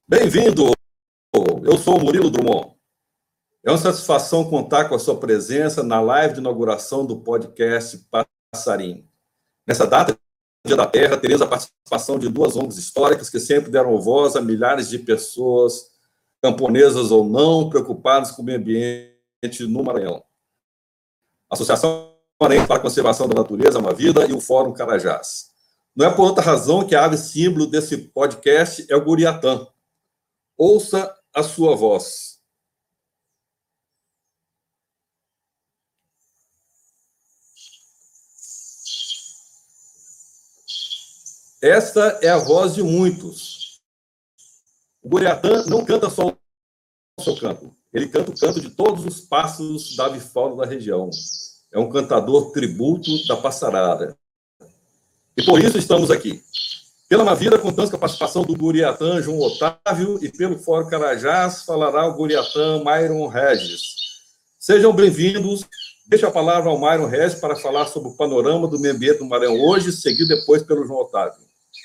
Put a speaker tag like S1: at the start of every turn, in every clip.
S1: Bem-vindo! Eu sou o Murilo Drummond. É uma satisfação contar com a sua presença na live de inauguração do podcast Passarim. Nessa data, Dia da Terra, teremos a participação de duas ONGs históricas que sempre deram voz a milhares de pessoas, camponesas ou não, preocupadas com o meio ambiente no Maranhão. A Associação Maranhense para a Conservação da Natureza, Uma Vida, e o Fórum Carajás. Não é por outra razão que a ave símbolo desse podcast é o Guriatã. Ouça a sua voz. Esta é a voz de muitos. O Guriatã não canta só o seu canto. Ele canta o canto de todos os pássaros da avifauna da região. É um cantador tributo da passarada. E por isso estamos aqui. Pela Uma Vida, contamos com a participação do Guriatã João Otávio e pelo Fórum Carajás falará o Guriatã Myron Regis. Sejam bem-vindos. Deixo a palavra ao Myron Regis para falar sobre o panorama do meio ambiente do Maranhão hoje, seguido depois pelo João Otávio.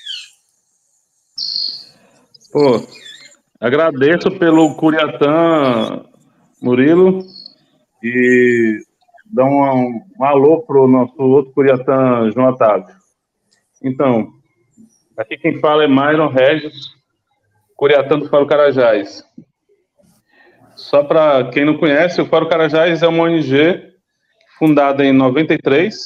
S2: Agradeço pelo Guriatã, Murilo, e dá um alô para o nosso outro Guriatã, João Otávio. Então, aqui quem fala é Myron Regis, Guriatã do Fórum Carajás. Só para quem não conhece, o Fórum Carajás é uma ONG fundada em 93,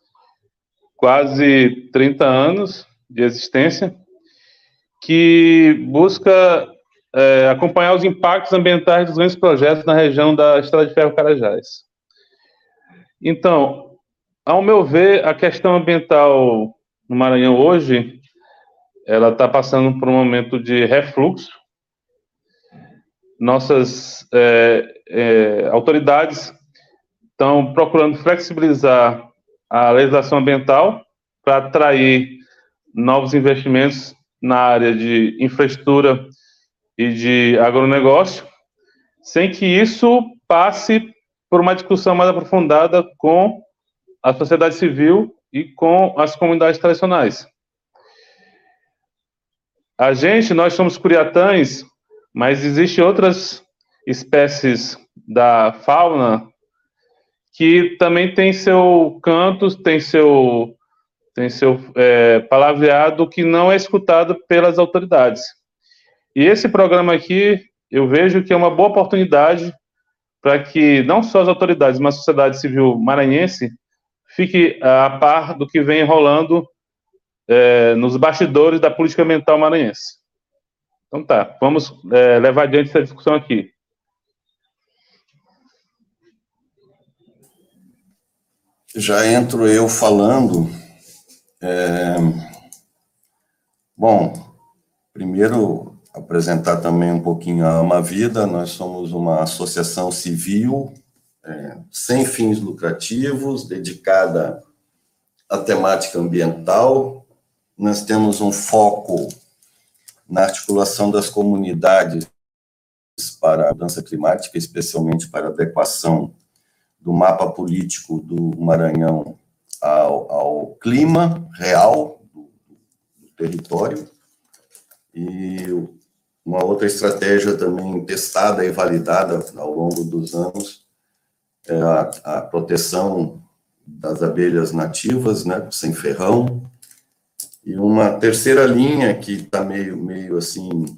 S2: quase 30 anos de existência, que busca acompanhar os impactos ambientais dos grandes projetos na região da Estrada de Ferro Carajás. Então, ao meu ver, a questão ambiental no Maranhão hoje, ela está passando por um momento de refluxo. Nossas autoridades estão procurando flexibilizar a legislação ambiental para atrair novos investimentos na área de infraestrutura e de agronegócio, sem que isso passe por uma discussão mais aprofundada com a sociedade civil e com as comunidades tradicionais. Nós somos curiatães, mas existem outras espécies da fauna que também tem seu canto, tem seu palavreado que não é escutado pelas autoridades. E esse programa aqui, eu vejo que é uma boa oportunidade para que não só as autoridades, mas a sociedade civil maranhense fique a par do que vem rolando nos bastidores da política ambiental maranhense. Então tá, vamos levar adiante essa discussão aqui.
S3: Já entro eu falando. Bom, primeiro apresentar também um pouquinho a Uma Vida. Nós somos uma associação civil sem fins lucrativos, dedicada à temática ambiental. Nós temos um foco na articulação das comunidades para a mudança climática, especialmente para a adequação do mapa político do Maranhão ao clima real do território. E uma outra estratégia também testada e validada ao longo dos anos é a proteção das abelhas nativas, né, sem ferrão. E uma terceira linha que está meio assim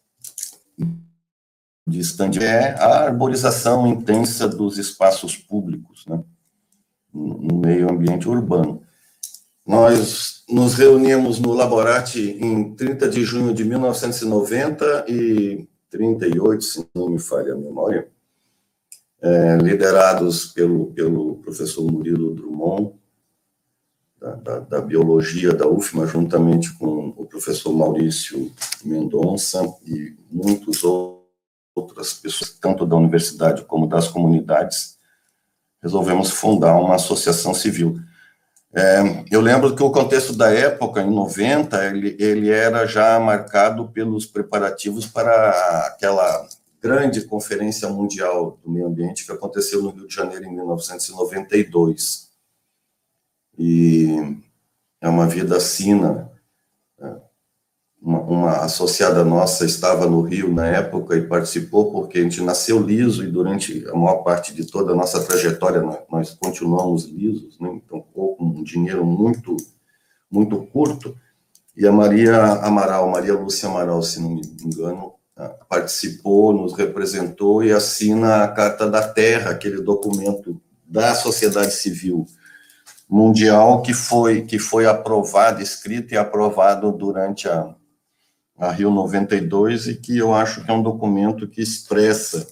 S3: distante é a arborização intensa dos espaços públicos, né, no meio ambiente urbano. Nós nos reunimos no Laborate em 30 de junho de 1990 e 38, se não me falha a memória, liderados pelo professor Murilo Drummond, da Biologia da UFMA, juntamente com o professor Maurício Mendonça e muitas outras pessoas, tanto da universidade como das comunidades. Resolvemos fundar uma associação civil. Eu lembro que o contexto da época, em 90, ele era já marcado pelos preparativos para aquela grande Conferência Mundial do Meio Ambiente que aconteceu no Rio de Janeiro em 1992. E é Uma Vida assina uma associada nossa estava no Rio na época e participou, porque a gente nasceu liso e durante a maior parte de toda a nossa trajetória nós continuamos lisos, né? Então, com um dinheiro muito, muito curto. E a Maria Lúcia Amaral, se não me engano, participou, nos representou e assina a Carta da Terra, aquele documento da sociedade civil mundial que foi aprovado, escrito e aprovado durante a Rio 92, e que eu acho que é um documento que expressa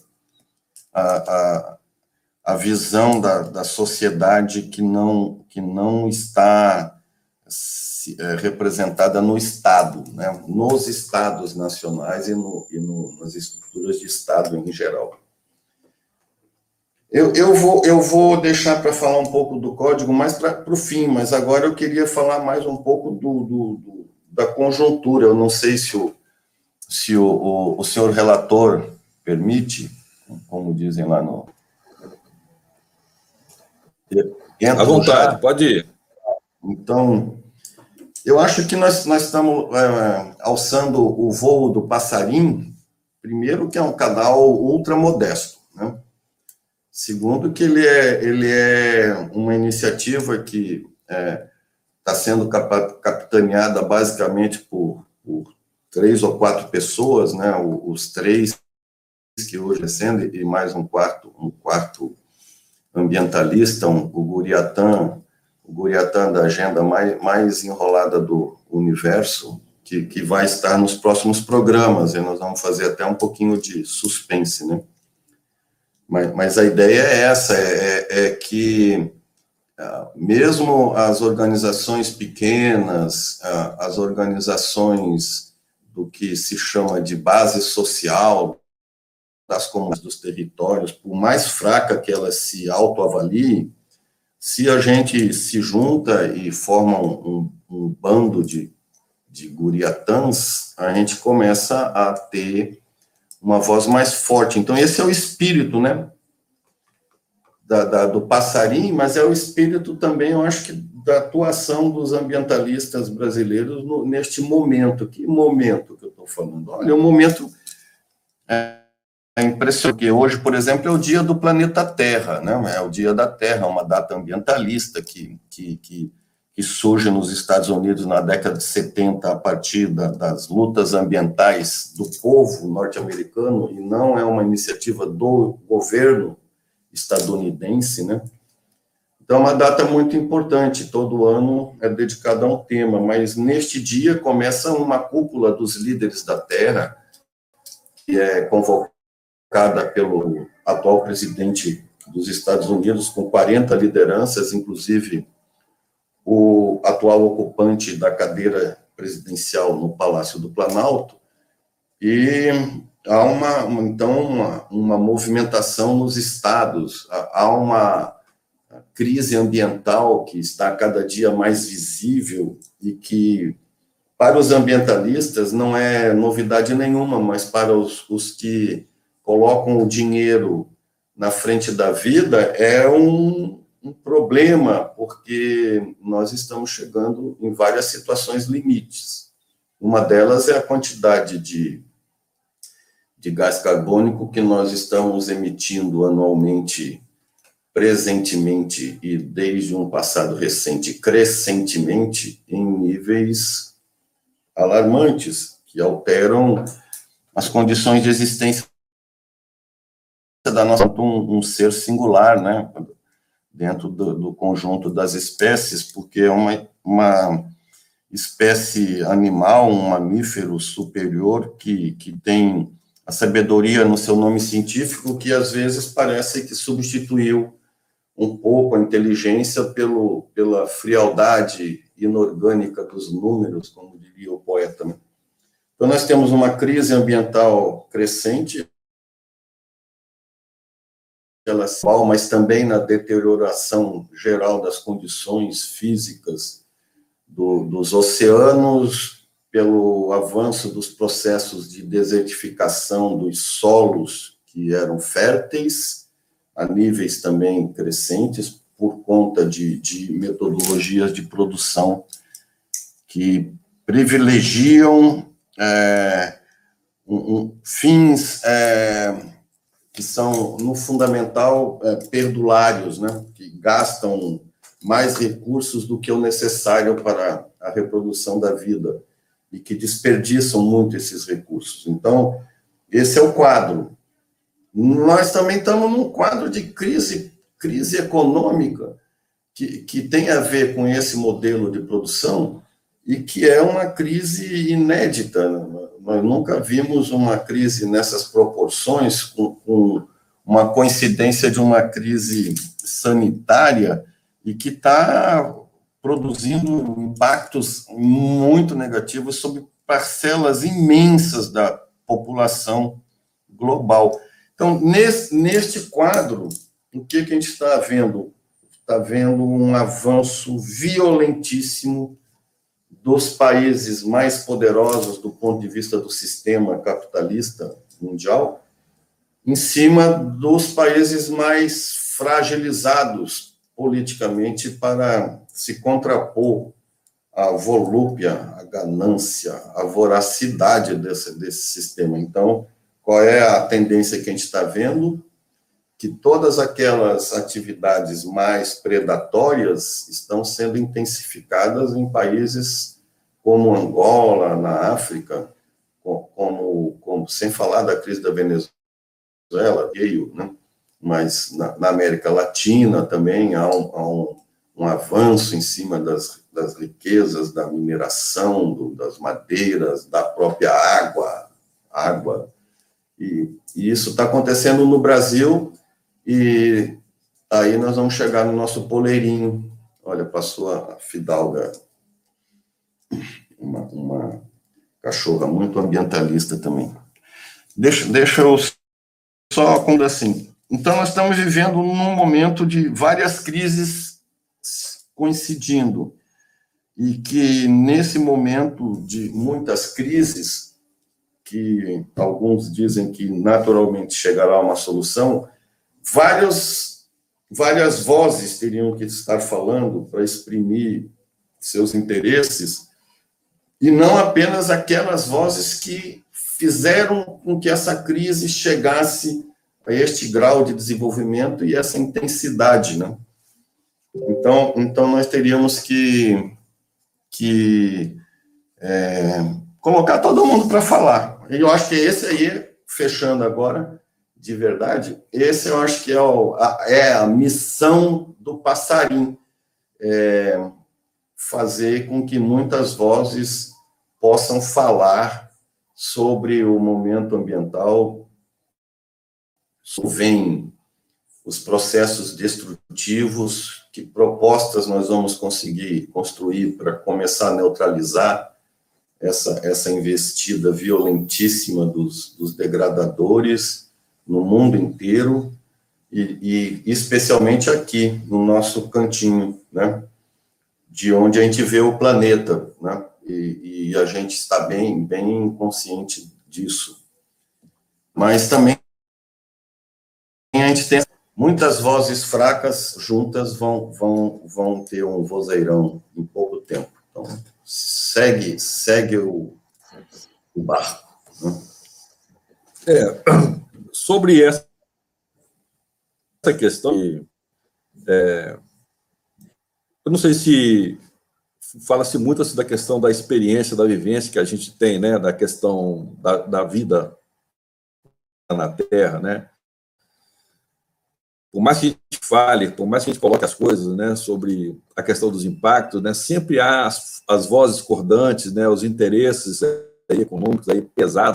S3: a visão da sociedade que não está representada no Estado, né, nos Estados nacionais e nas estruturas de Estado em geral. Eu vou deixar para falar um pouco do código mais para o fim, mas agora eu queria falar mais um pouco da conjuntura. Eu não sei se o senhor relator permite, como dizem lá no...
S1: À vontade, pode ir.
S3: Então, eu acho que nós estamos alçando o voo do Passarim, primeiro que é um canal ultra modesto, né? Segundo que ele é uma iniciativa que está sendo capitaneada basicamente por 3 ou 4 pessoas, né? Os 3 que hoje ascendem e mais um quarto ambientalista, o Guriatã da agenda mais enrolada do universo, que vai estar nos próximos programas, e nós vamos fazer até um pouquinho de suspense, né? Mas a ideia é essa, é que mesmo as organizações pequenas, as organizações do que se chama de base social das comunidades, dos territórios, por mais fraca que elas se autoavaliem, se a gente se junta e forma um bando de guriatãs, a gente começa a ter uma voz mais forte. Então, esse é o espírito, né, do Passarim, mas é o espírito também, eu acho que, da atuação dos ambientalistas brasileiros neste momento. Que momento que eu estou falando? Olha, um momento impressionante, porque hoje, por exemplo, é o dia do planeta Terra, né? É o dia da Terra, uma data ambientalista que surge nos Estados Unidos na década de 70, a partir das lutas ambientais do povo norte-americano, e não é uma iniciativa do governo estadunidense, né? Então, é uma data muito importante, todo ano é dedicado a um tema, mas neste dia começa uma cúpula dos líderes da Terra, que é convocada pelo atual presidente dos Estados Unidos, com 40 lideranças, inclusive o atual ocupante da cadeira presidencial no Palácio do Planalto, e há uma movimentação nos estados, há uma crise ambiental que está cada dia mais visível e que, para os ambientalistas, não é novidade nenhuma, mas para os que colocam o dinheiro na frente da vida, é um problema, porque nós estamos chegando em várias situações limites. Uma delas é a quantidade de gás carbônico que nós estamos emitindo anualmente, presentemente e desde um passado recente, crescentemente, em níveis alarmantes, que alteram as condições de existência da nossa, um ser singular, né, dentro do conjunto das espécies, porque é uma espécie animal, um mamífero superior que tem a sabedoria no seu nome científico, que às vezes parece que substituiu um pouco a inteligência pela frialdade inorgânica dos números, como diria o poeta. Então, nós temos uma crise ambiental crescente, mas também na deterioração geral das condições físicas dos oceanos, pelo avanço dos processos de desertificação dos solos que eram férteis, a níveis também crescentes, por conta de metodologias de produção que privilegiam fins que são, no fundamental, perdulários, né? Que gastam mais recursos do que o necessário para a reprodução da vida e que desperdiçam muito esses recursos. Então, esse é o quadro. Nós também estamos num quadro de crise econômica que tem a ver com esse modelo de produção e que é uma crise inédita. Nós nunca vimos uma crise nessas proporções, com uma coincidência de uma crise sanitária e que está produzindo impactos muito negativos sobre parcelas imensas da população global. Então, neste quadro, o que a gente está vendo? Está vendo um avanço violentíssimo dos países mais poderosos do ponto de vista do sistema capitalista mundial, em cima dos países mais fragilizados politicamente para se contrapor à volúpia, à ganância, à voracidade desse sistema. Então, qual é a tendência que a gente está vendo? Que todas aquelas atividades mais predatórias estão sendo intensificadas em países como Angola, na África, como sem falar da crise da Venezuela, né? Mas na América Latina também há um avanço em cima das riquezas, da mineração, das madeiras, da própria água. E isso está acontecendo no Brasil, e aí nós vamos chegar no nosso poleirinho. Olha, passou a fidalga, uma cachorra muito ambientalista também. Deixa eu só quando assim. Então, nós estamos vivendo num momento de várias crises coincidindo, e que nesse momento de muitas crises, que alguns dizem que naturalmente chegará a uma solução, várias vozes teriam que estar falando para exprimir seus interesses, e não apenas aquelas vozes que fizeram com que essa crise chegasse a este grau de desenvolvimento e essa intensidade, né? Então nós teríamos que colocar todo mundo para falar. E eu acho que esse aí, fechando agora, de verdade, esse eu acho que é a missão do Passarim, fazer com que muitas vozes possam falar sobre o momento ambiental, vem os processos destrutivos, que propostas nós vamos conseguir construir para começar a neutralizar essa investida violentíssima dos degradadores no mundo inteiro, e especialmente aqui, no nosso cantinho, né, de onde a gente vê o planeta, né, e a gente está bem consciente disso. Mas também a gente tem muitas vozes fracas juntas, vão ter um vozeirão em pouco tempo. Então, segue o barco. Né?
S1: Sobre essa questão, eu não sei se fala-se muito assim, da questão da experiência, da vivência que a gente tem, né, da questão da vida na Terra, né? Por mais que a gente fale, por mais que a gente coloque as coisas, né, sobre a questão dos impactos, né, sempre há as vozes cordantes, né, os interesses econômicos aí pesados,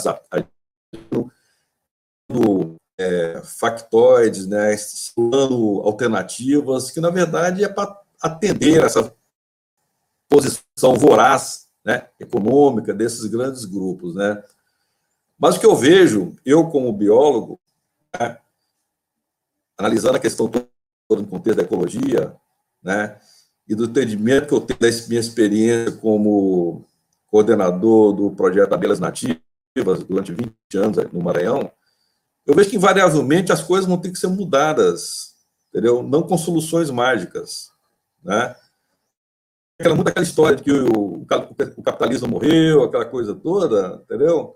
S1: factoides, né, estimulando alternativas, que na verdade é para atender essa posição voraz, né, econômica desses grandes grupos, né. Mas o que eu vejo, eu como biólogo, né, analisando a questão toda no contexto da ecologia, né, e do entendimento que eu tenho da minha experiência como coordenador do projeto Abelhas Nativas durante 20 anos no Maranhão, eu vejo que invariavelmente as coisas vão ter que ser mudadas, entendeu? Não com soluções mágicas, né? muito aquela história de que o capitalismo morreu, aquela coisa toda, entendeu?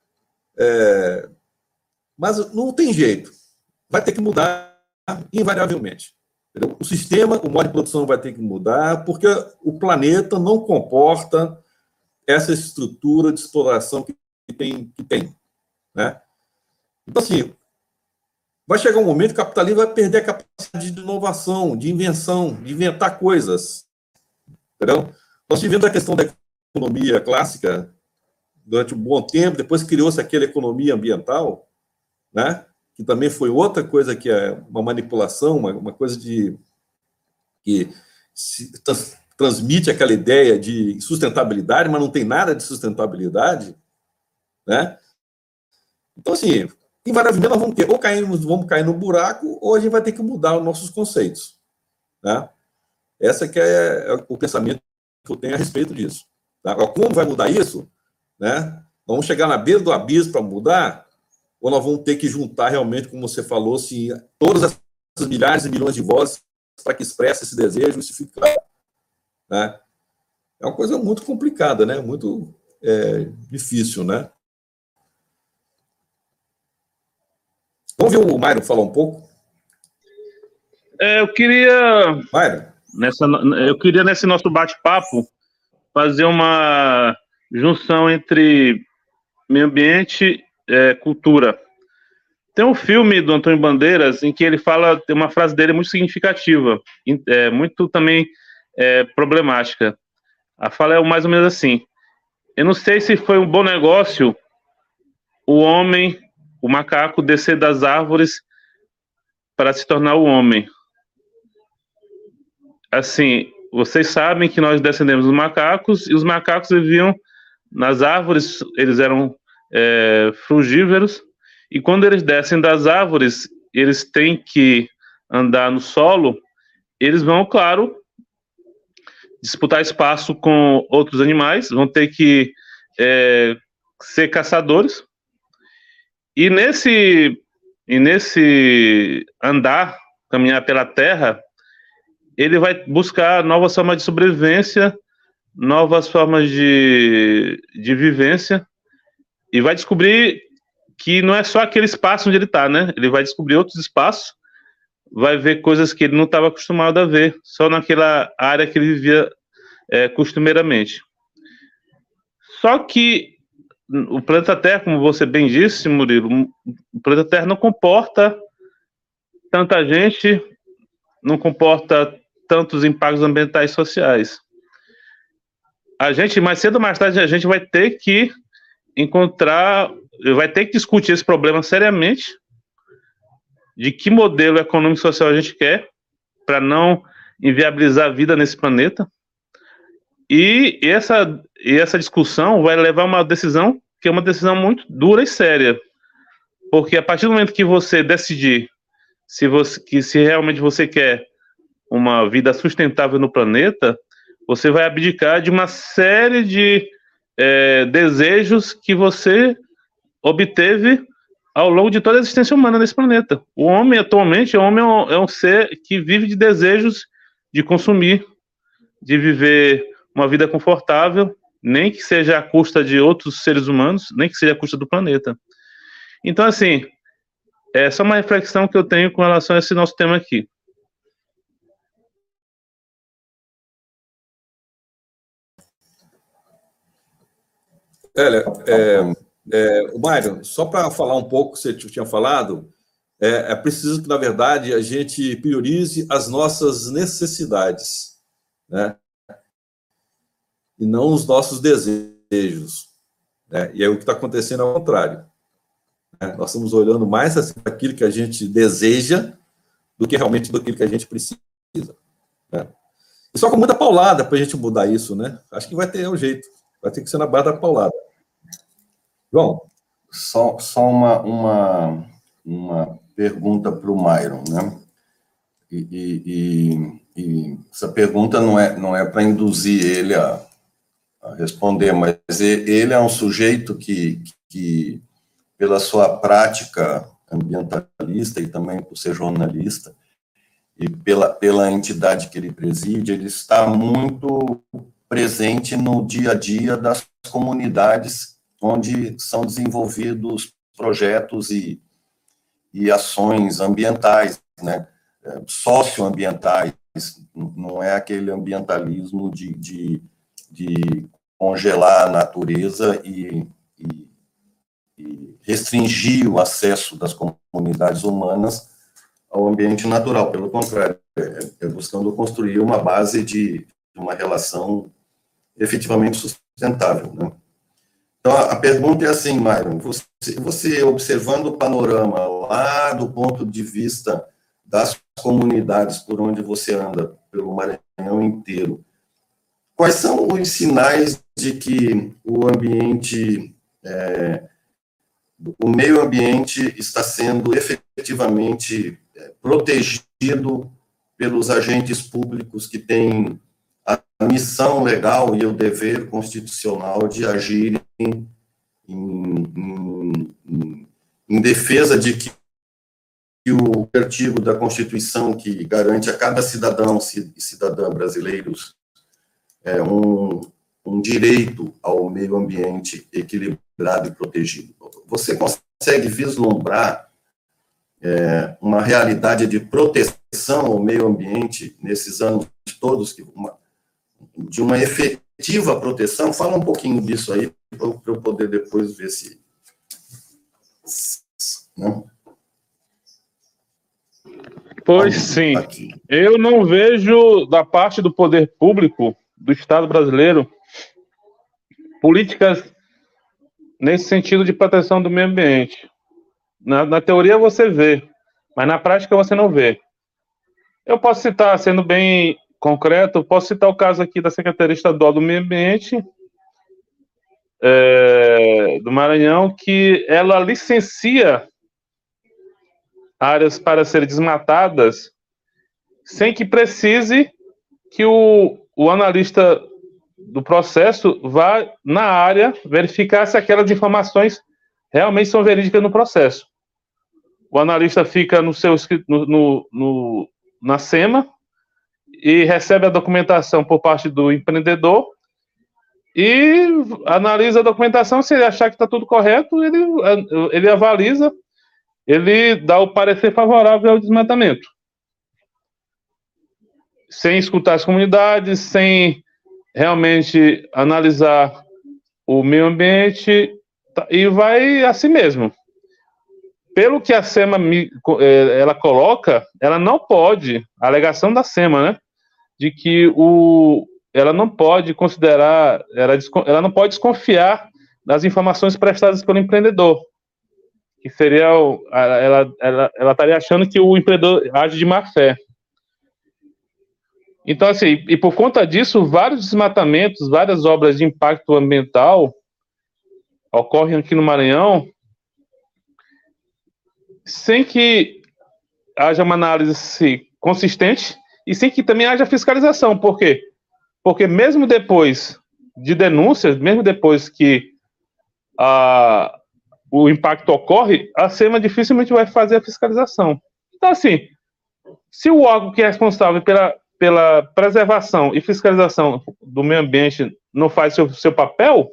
S1: Mas não tem jeito. Vai ter que mudar invariavelmente. Entendeu? O sistema, o modo de produção vai ter que mudar, porque o planeta não comporta essa estrutura de exploração que tem, né? Então, assim, vai chegar um momento que o capitalismo vai perder a capacidade de inovação, de invenção, de inventar coisas. Entendeu? Nós tivemos a questão da economia clássica durante um bom tempo, depois criou-se aquela economia ambiental, né? Que também foi outra coisa que é uma manipulação, uma coisa que transmite aquela ideia de sustentabilidade, mas não tem nada de sustentabilidade, né? Então, assim, invariavelmente nós vamos cair no buraco, ou a gente vai ter que mudar os nossos conceitos, né? Essa que é o pensamento que eu tenho a respeito disso. Tá? Agora, como vai mudar isso? Né? Nós vamos chegar na beira do abismo para mudar, ou nós vamos ter que juntar realmente, como você falou, assim, todas essas milhares e milhões de vozes para que expresse esse desejo, isso fica, né? É uma coisa muito complicada, né? Muito difícil, né? Vamos ver o Mário falar um pouco?
S2: Eu queria...
S1: Mário?
S2: Eu queria, nesse nosso bate-papo, fazer uma junção entre meio ambiente e cultura. Tem um filme do Antônio Bandeiras em que ele fala, tem uma frase dele muito significativa, muito também problemática. A fala é mais ou menos assim: eu não sei se foi um bom negócio o homem, o macaco, descer das árvores para se tornar o homem. Assim, vocês sabem que nós descendemos dos macacos, e os macacos viviam nas árvores, eles eram frugívoros, e quando eles descem das árvores, eles têm que andar no solo, eles vão, claro, disputar espaço com outros animais, vão ter que ser caçadores, e nesse andar, caminhar pela terra, ele vai buscar novas formas de sobrevivência, novas formas de vivência, e vai descobrir que não é só aquele espaço onde ele está, né? Ele vai descobrir outros espaços, vai ver coisas que ele não estava acostumado a ver, só naquela área que ele vivia costumeiramente. Só que o planeta Terra, como você bem disse, Murilo, o planeta Terra não comporta tanta gente, não comporta tantos impactos ambientais e sociais. A gente, mais cedo ou mais tarde, a gente vai ter que vai ter que discutir esse problema seriamente, de que modelo econômico e social a gente quer, para não inviabilizar a vida nesse planeta. E essa discussão vai levar a uma decisão que é uma decisão muito dura e séria, porque a partir do momento que você decidir se realmente você quer uma vida sustentável no planeta, você vai abdicar de uma série de desejos que você obteve ao longo de toda a existência humana nesse planeta. O homem, atualmente, é um ser que vive de desejos de consumir, de viver uma vida confortável, nem que seja à custa de outros seres humanos, nem que seja à custa do planeta. Então, assim, é só uma reflexão que eu tenho com relação a esse nosso tema aqui.
S1: O Mário, só para falar um pouco que você tinha falado, é preciso que, na verdade, a gente priorize as nossas necessidades, né? E não os nossos desejos, né? E é o que está acontecendo ao contrário, né? Nós estamos olhando mais assim, para aquilo que a gente deseja do que realmente do que a gente precisa, né? E só com muita paulada para a gente mudar isso, né? Acho que vai ter um jeito, vai ter que ser na base da paulada. João?
S3: Só uma pergunta para o Myron, né? E essa pergunta não é para induzir ele a responder, mas ele é um sujeito que, pela sua prática ambientalista e também por ser jornalista, e pela entidade que ele preside, ele está muito presente no dia a dia das comunidades onde são desenvolvidos projetos e ações ambientais, né, socioambientais. Não é aquele ambientalismo de congelar a natureza e restringir o acesso das comunidades humanas ao ambiente natural. Pelo contrário, é buscando construir uma base de uma relação efetivamente sustentável, né? Então, a pergunta é assim, Myron, você observando o panorama lá do ponto de vista das comunidades por onde você anda, pelo Maranhão inteiro, quais são os sinais de que o ambiente, o meio ambiente está sendo efetivamente protegido pelos agentes públicos que têm a missão legal e o dever constitucional de agirem em defesa de que o artigo da Constituição que garante a cada cidadão e cidadã brasileiros um direito ao meio ambiente equilibrado e protegido. Você consegue vislumbrar uma realidade de proteção ao meio ambiente nesses anos todos, de uma efetiva proteção? Fala um pouquinho disso aí, para eu poder depois ver se... Né?
S2: Pois sim. Aqui. Eu não vejo, da parte do poder público do Estado brasileiro, políticas nesse sentido de proteção do meio ambiente. Na teoria você vê, mas na prática você não vê. Eu posso citar, sendo bem concreto, posso citar o caso aqui da Secretaria Estadual do Meio Ambiente do Maranhão, que ela licencia áreas para serem desmatadas sem que precise que o analista do processo vá na área verificar se aquelas informações realmente são verídicas no processo. O analista fica na SEMA e recebe a documentação por parte do empreendedor e analisa a documentação. Se ele achar que está tudo correto, ele avaliza, ele dá o parecer favorável ao desmatamento, sem escutar as comunidades, sem realmente analisar o meio ambiente, e vai assim mesmo. Pelo que a SEMA ela coloca, ela não pode, a alegação da SEMA, né, de que ela não pode considerar, ela não pode desconfiar das informações prestadas pelo empreendedor, que seria, ela estaria achando que o empreendedor age de má fé. Então, assim, e por conta disso, vários desmatamentos, várias obras de impacto ambiental ocorrem aqui no Maranhão sem que haja uma análise consistente e sem que também haja fiscalização. Por quê? Porque mesmo depois de denúncias, mesmo depois que o impacto ocorre, a SEMA dificilmente vai fazer a fiscalização. Então, assim, se o órgão que é responsável pela preservação e fiscalização do meio ambiente não faz seu papel,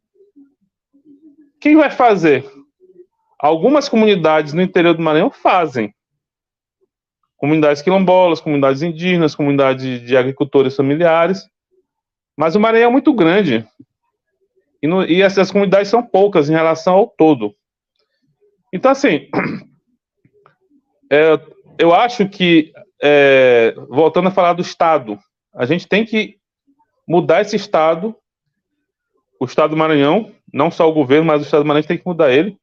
S2: quem vai fazer? Algumas comunidades no interior do Maranhão fazem. Comunidades quilombolas, comunidades indígenas, comunidades de agricultores familiares. Mas o Maranhão é muito grande. E essas comunidades são poucas em relação ao todo. Então, assim, eu acho que, voltando a falar do Estado, a gente tem que mudar esse Estado, o Estado do Maranhão, não só o governo, mas o Estado do Maranhão tem que mudar ele,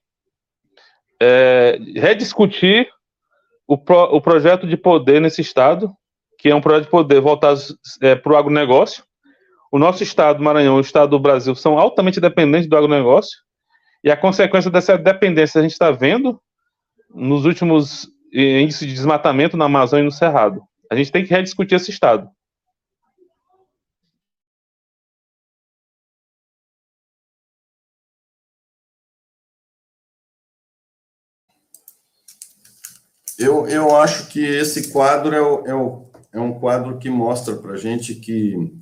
S2: rediscutir o projeto de poder nesse Estado, que é um projeto de poder voltado para o agronegócio. O nosso Estado, Maranhão, e o Estado do Brasil são altamente dependentes do agronegócio, e a consequência dessa dependência a gente está vendo nos últimos índices de desmatamento na Amazônia e no Cerrado. A gente tem que rediscutir esse Estado.
S3: eu acho que esse quadro é um quadro que mostra para a gente que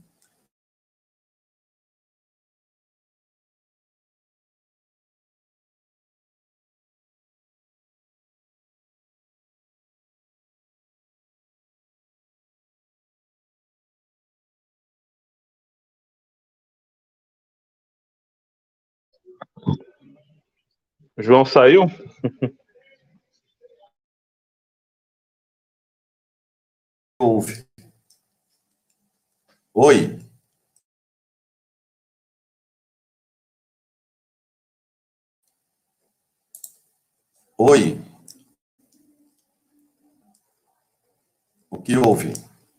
S2: João saiu?
S3: houve. Oi. Oi. O que houve?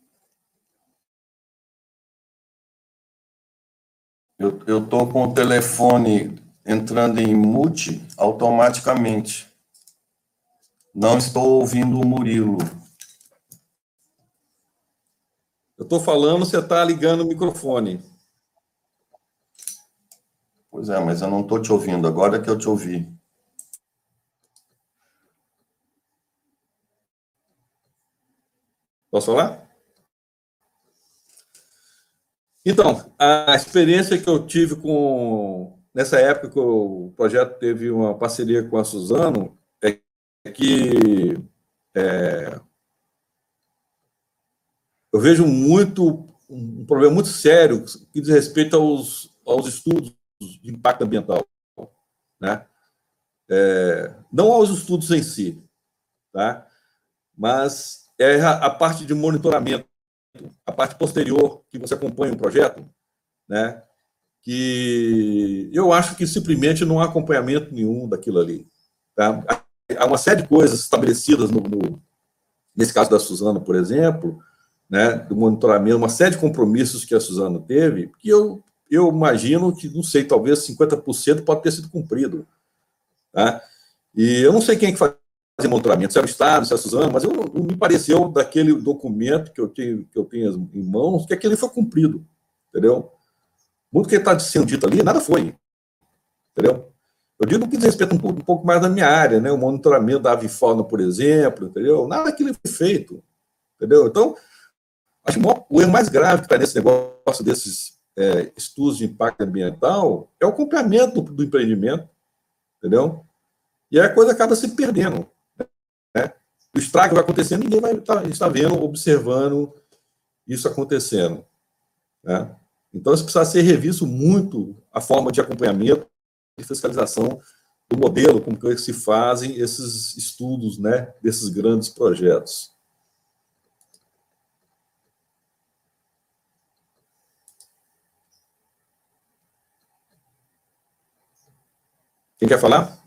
S3: Eu estou com o telefone entrando em mute automaticamente. Não estou ouvindo o Murilo.
S1: Eu estou falando, você está ligando o microfone.
S3: Pois é, mas eu não estou te ouvindo. Agora que eu te ouvi.
S1: Posso falar? Então, a experiência que eu tive nessa época que o projeto teve uma parceria com a Suzano, é que eu vejo um problema muito sério que diz respeito aos estudos de impacto ambiental, né? Não aos estudos em si, tá? Mas é a parte de monitoramento, a parte posterior que você acompanha o projeto, né? Que eu acho que simplesmente não há acompanhamento nenhum daquilo ali, tá? Há uma série de coisas estabelecidas nesse caso da Suzano, por exemplo, né, do monitoramento, uma série de compromissos que a Suzano teve, que eu imagino que, não sei, talvez 50% pode ter sido cumprido. Tá? E eu não sei quem é que faz monitoramento, se é o Estado, se é a Suzano, mas não me pareceu daquele documento que eu tenho em mãos que aquele foi cumprido, entendeu? Muito que está sendo dito ali, nada foi, entendeu? Eu digo que diz respeito um pouco mais da minha área, né? O monitoramento da avifauna, por exemplo, entendeu? Nada daquilo foi feito, entendeu? Então, acho que o erro mais grave que está nesse negócio desses estudos de impacto ambiental é o acompanhamento do empreendimento, entendeu? E aí a coisa acaba se perdendo, né? O estrago vai acontecendo, ninguém vai estar vendo, observando isso acontecendo, né? Então, isso precisa ser revisto muito a forma de acompanhamento e fiscalização do modelo, como que se fazem esses estudos, né, desses grandes projetos. Quem quer falar?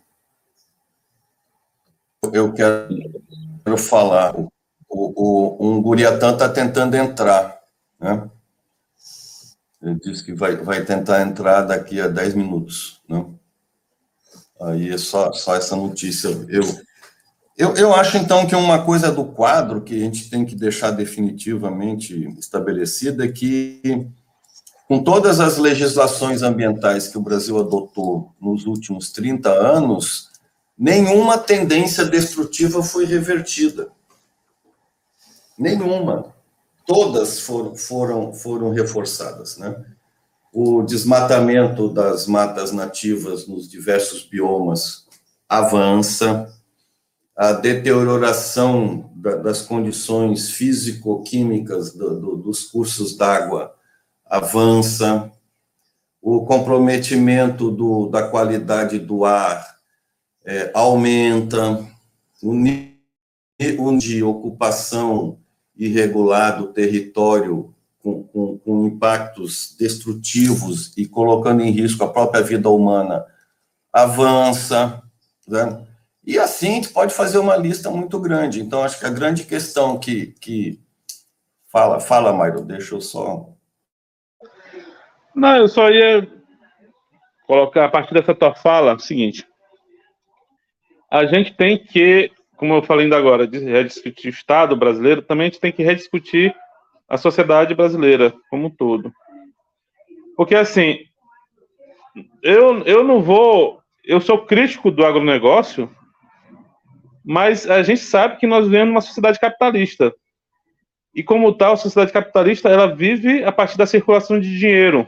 S3: Eu quero falar. Um Guriatã está tentando entrar, né? Ele disse que vai tentar entrar daqui a 10 minutos, né? Aí é só essa notícia. Eu acho, então, que uma coisa do quadro que a gente tem que deixar definitivamente estabelecida é que, com todas as legislações ambientais que o Brasil adotou nos últimos 30 anos, nenhuma tendência destrutiva foi revertida. Nenhuma. Todas foram reforçadas, né? O desmatamento das matas nativas nos diversos biomas avança, a deterioração das condições físico-químicas dos cursos d'água avança, o comprometimento da qualidade do ar aumenta, o nível de ocupação irregular do território com impactos destrutivos e colocando em risco a própria vida humana avança, né? E assim a gente pode fazer uma lista muito grande. Então, acho que a grande questão que... Fala, Mairo, deixa eu só...
S2: Não, eu só ia colocar, a partir dessa tua fala, o seguinte. A gente tem que, como eu falei ainda agora, rediscutir o Estado brasileiro, também a gente tem que rediscutir a sociedade brasileira como um todo. Porque, assim, eu não vou... Eu sou crítico do agronegócio mas a gente sabe que nós vivemos numa sociedade capitalista. E como tal, a sociedade capitalista, ela vive a partir da circulação de dinheiro.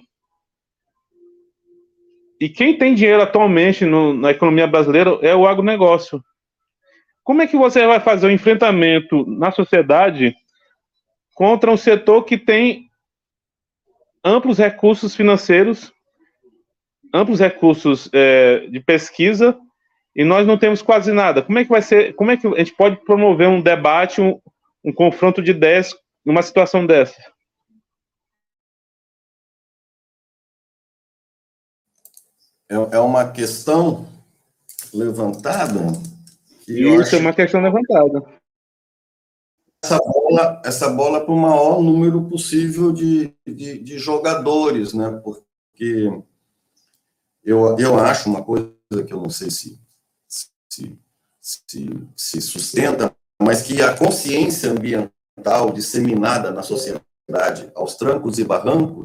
S2: E quem tem dinheiro atualmente na economia brasileira é o agronegócio. Como é que você vai fazer o enfrentamento na sociedade contra um setor que tem amplos recursos financeiros, amplos recursos de pesquisa, e nós não temos quase nada? Como é que vai ser? Como é que a gente pode promover um debate, um confronto de ideias numa situação dessa?
S3: É uma questão levantada.
S2: Isso é uma questão levantada.
S3: Essa bola para o maior número possível de jogadores, né? Porque eu acho uma coisa que eu não sei se sustenta, mas que a consciência ambiental disseminada na sociedade aos trancos e barrancos,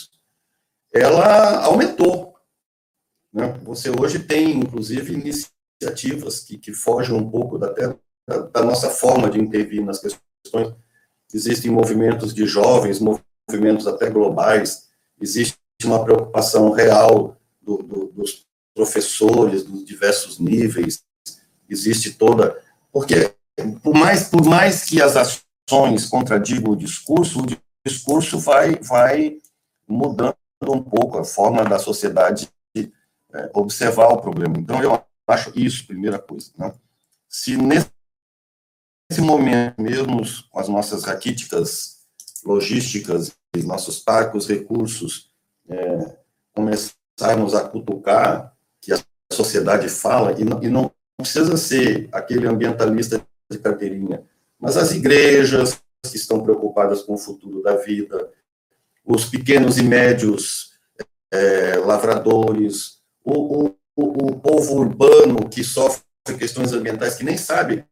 S3: ela aumentou, né? Você hoje tem, inclusive, iniciativas que fogem um pouco da nossa forma de intervir nas questões. Existem movimentos de jovens, movimentos até globais, existe uma preocupação real dos professores, dos diversos níveis, existe toda... Porque, por mais que as ações contradigam o discurso vai mudando um pouco a forma da sociedade observar o problema. Então, eu acho isso, primeira coisa, né? Se nesse momento, mesmo com as nossas raquíticas logísticas, nossos parcos recursos, começarmos a cutucar que a sociedade fala, e não precisa ser aquele ambientalista de carteirinha, mas as igrejas que estão preocupadas com o futuro da vida, os pequenos e médios lavradores, o povo urbano que sofre questões ambientais que nem sabe.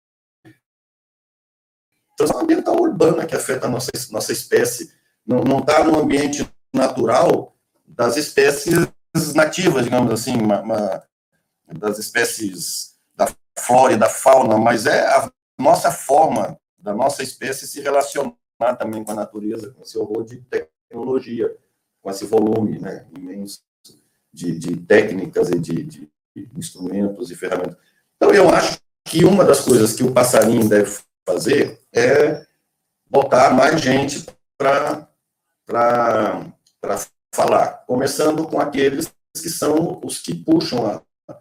S3: Então, a ambiental urbana que afeta a nossa espécie não está no ambiente natural das espécies nativas, digamos assim, das espécies da flora e da fauna, mas é a nossa forma da nossa espécie se relacionar também com a natureza, com esse horror de tecnologia, com esse volume, né, imenso de técnicas e de instrumentos e ferramentas. Então, eu acho que uma das coisas que o passarinho deve fazer é botar mais gente para falar, começando com aqueles que são os que puxam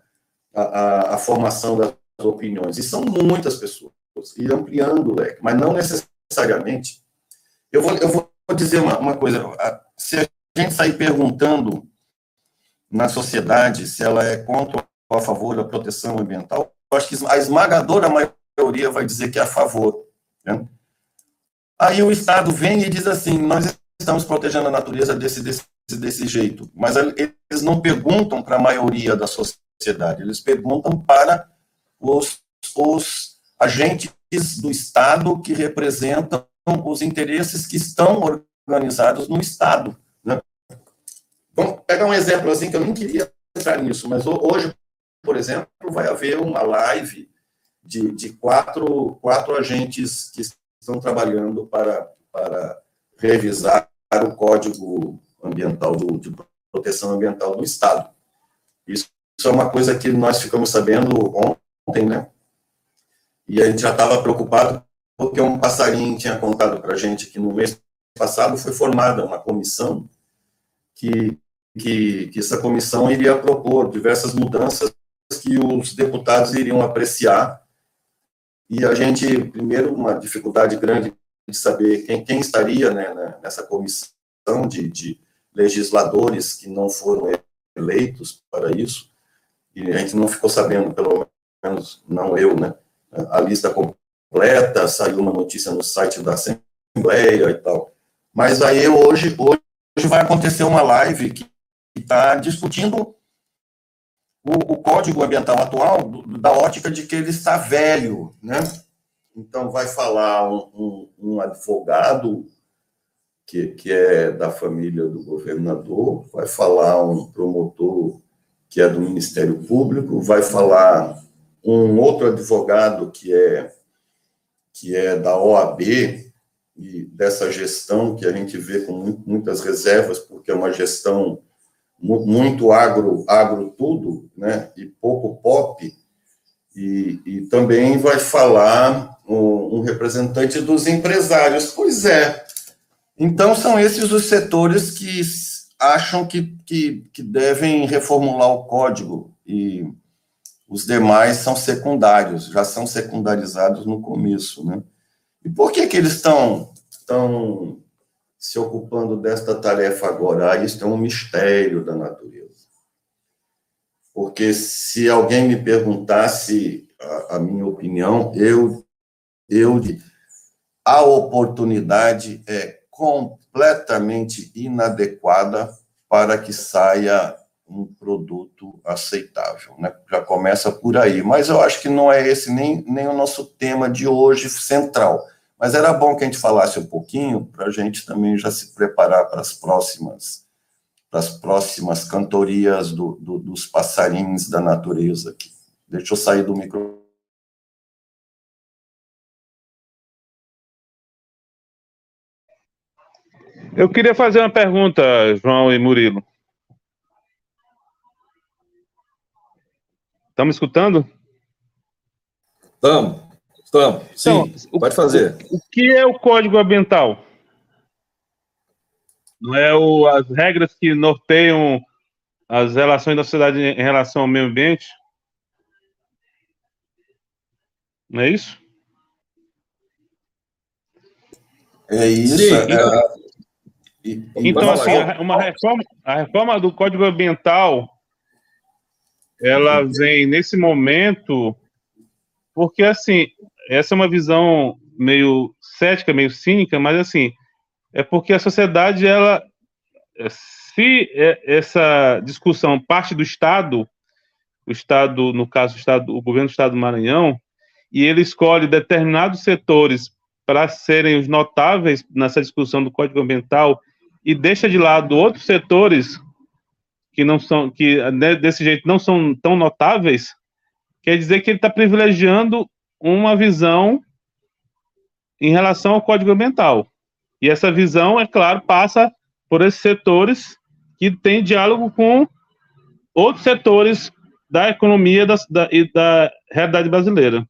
S3: a formação das opiniões, e são muitas pessoas, e ampliando o leque, mas não necessariamente. Eu vou dizer uma coisa, se a gente sair perguntando na sociedade se ela é contra ou a favor da proteção ambiental, eu acho que a esmagadora maioria vai dizer que é a favor, né? Aí o Estado vem e diz assim, nós estamos protegendo a natureza desse jeito, mas eles não perguntam para a maioria da sociedade, eles perguntam para os agentes do Estado que representam os interesses que estão organizados no Estado, né? Vamos pegar um exemplo assim, que eu nem queria entrar nisso, mas hoje, por exemplo, vai haver uma live de quatro agentes que estão trabalhando para revisar o Código Ambiental, de Proteção Ambiental do Estado. Isso é uma coisa que nós ficamos sabendo ontem, né? E a gente já estava preocupado, porque um passarinho tinha contado para a gente que no mês passado foi formada uma comissão que essa comissão iria propor diversas mudanças que os deputados iriam apreciar. E a gente, primeiro, uma dificuldade grande de saber quem estaria, né, nessa comissão de legisladores que não foram eleitos para isso, e a gente não ficou sabendo, pelo menos não eu, né, a lista completa, saiu uma notícia no site da Assembleia e tal. Mas aí hoje vai acontecer uma live que está discutindo o Código Ambiental atual da ótica de que ele está velho, né? Então, vai falar um advogado que é da família do governador, vai falar um promotor que é do Ministério Público, vai falar um outro advogado que é da OAB, e dessa gestão que a gente vê com muitas reservas, porque é uma gestão muito agro tudo, né, e pouco pop, e também vai falar um representante dos empresários. Pois é. Então, são esses os setores que acham que devem reformular o código, e os demais são secundários, já são secundarizados no começo, né? E por que eles estão se ocupando desta tarefa agora? Isso é um mistério da natureza. Porque se alguém me perguntasse a minha opinião, a oportunidade é completamente inadequada para que saia um produto aceitável, né? Já começa por aí, mas eu acho que não é esse nem o nosso tema de hoje central. Mas era bom que a gente falasse um pouquinho, para a gente também já se preparar para as próximas cantorias dos passarinhos da natureza aqui. Deixa eu sair do microfone.
S2: Eu queria fazer uma pergunta, João e Murilo. Estão me escutando?
S1: Estamos. Sim, então, pode fazer.
S2: O que é o Código Ambiental? Não é as regras que norteiam as relações da sociedade em relação ao meio ambiente? Não é isso?
S3: É isso.
S2: Sim, então assim, a reforma do Código Ambiental, ela vem nesse momento, porque, assim, essa é uma visão meio cética, meio cínica, mas, assim, é porque a sociedade, se essa discussão parte do Estado, no caso, o governo do Estado do Maranhão, e ele escolhe determinados setores para serem os notáveis nessa discussão do Código Ambiental e deixa de lado outros setores que desse jeito não são tão notáveis, quer dizer que ele está privilegiando uma visão em relação ao Código Ambiental. E essa visão, é claro, passa por esses setores que têm diálogo com outros setores da economia e da realidade brasileira.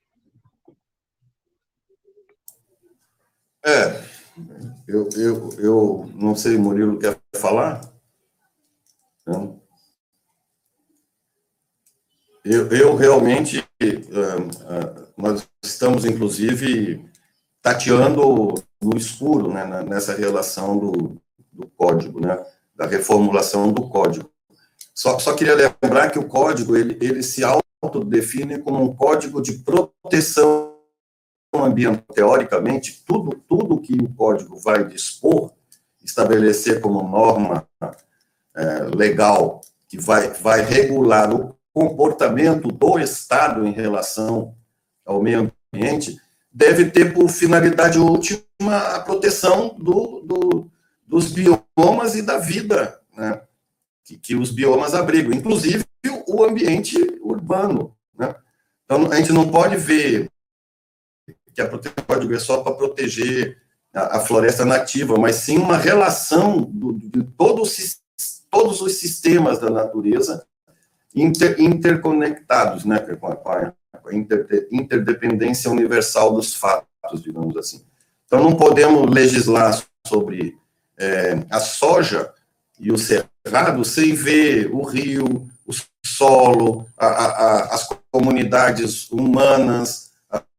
S3: Eu não sei, Murilo quer falar? Não. Eu realmente, nós estamos, inclusive, tateando no escuro, né, nessa relação do código, né, da reformulação do código. Só queria lembrar que o código, ele se autodefine como um código de proteção ambiental. Teoricamente, tudo que o código vai dispor, estabelecer como norma legal, que vai regular o comportamento do Estado em relação ao meio ambiente, deve ter por finalidade última a proteção dos biomas e da vida, né, que os biomas abrigam, inclusive o ambiente urbano, né? Então, a gente não pode ver que a proteção do código é só para proteger a floresta nativa, mas sim uma relação de todos os sistemas da natureza interconectados, né, com a interdependência universal dos fatos, digamos assim. Então, não podemos legislar sobre a soja e o cerrado sem ver o rio, o solo, as comunidades humanas,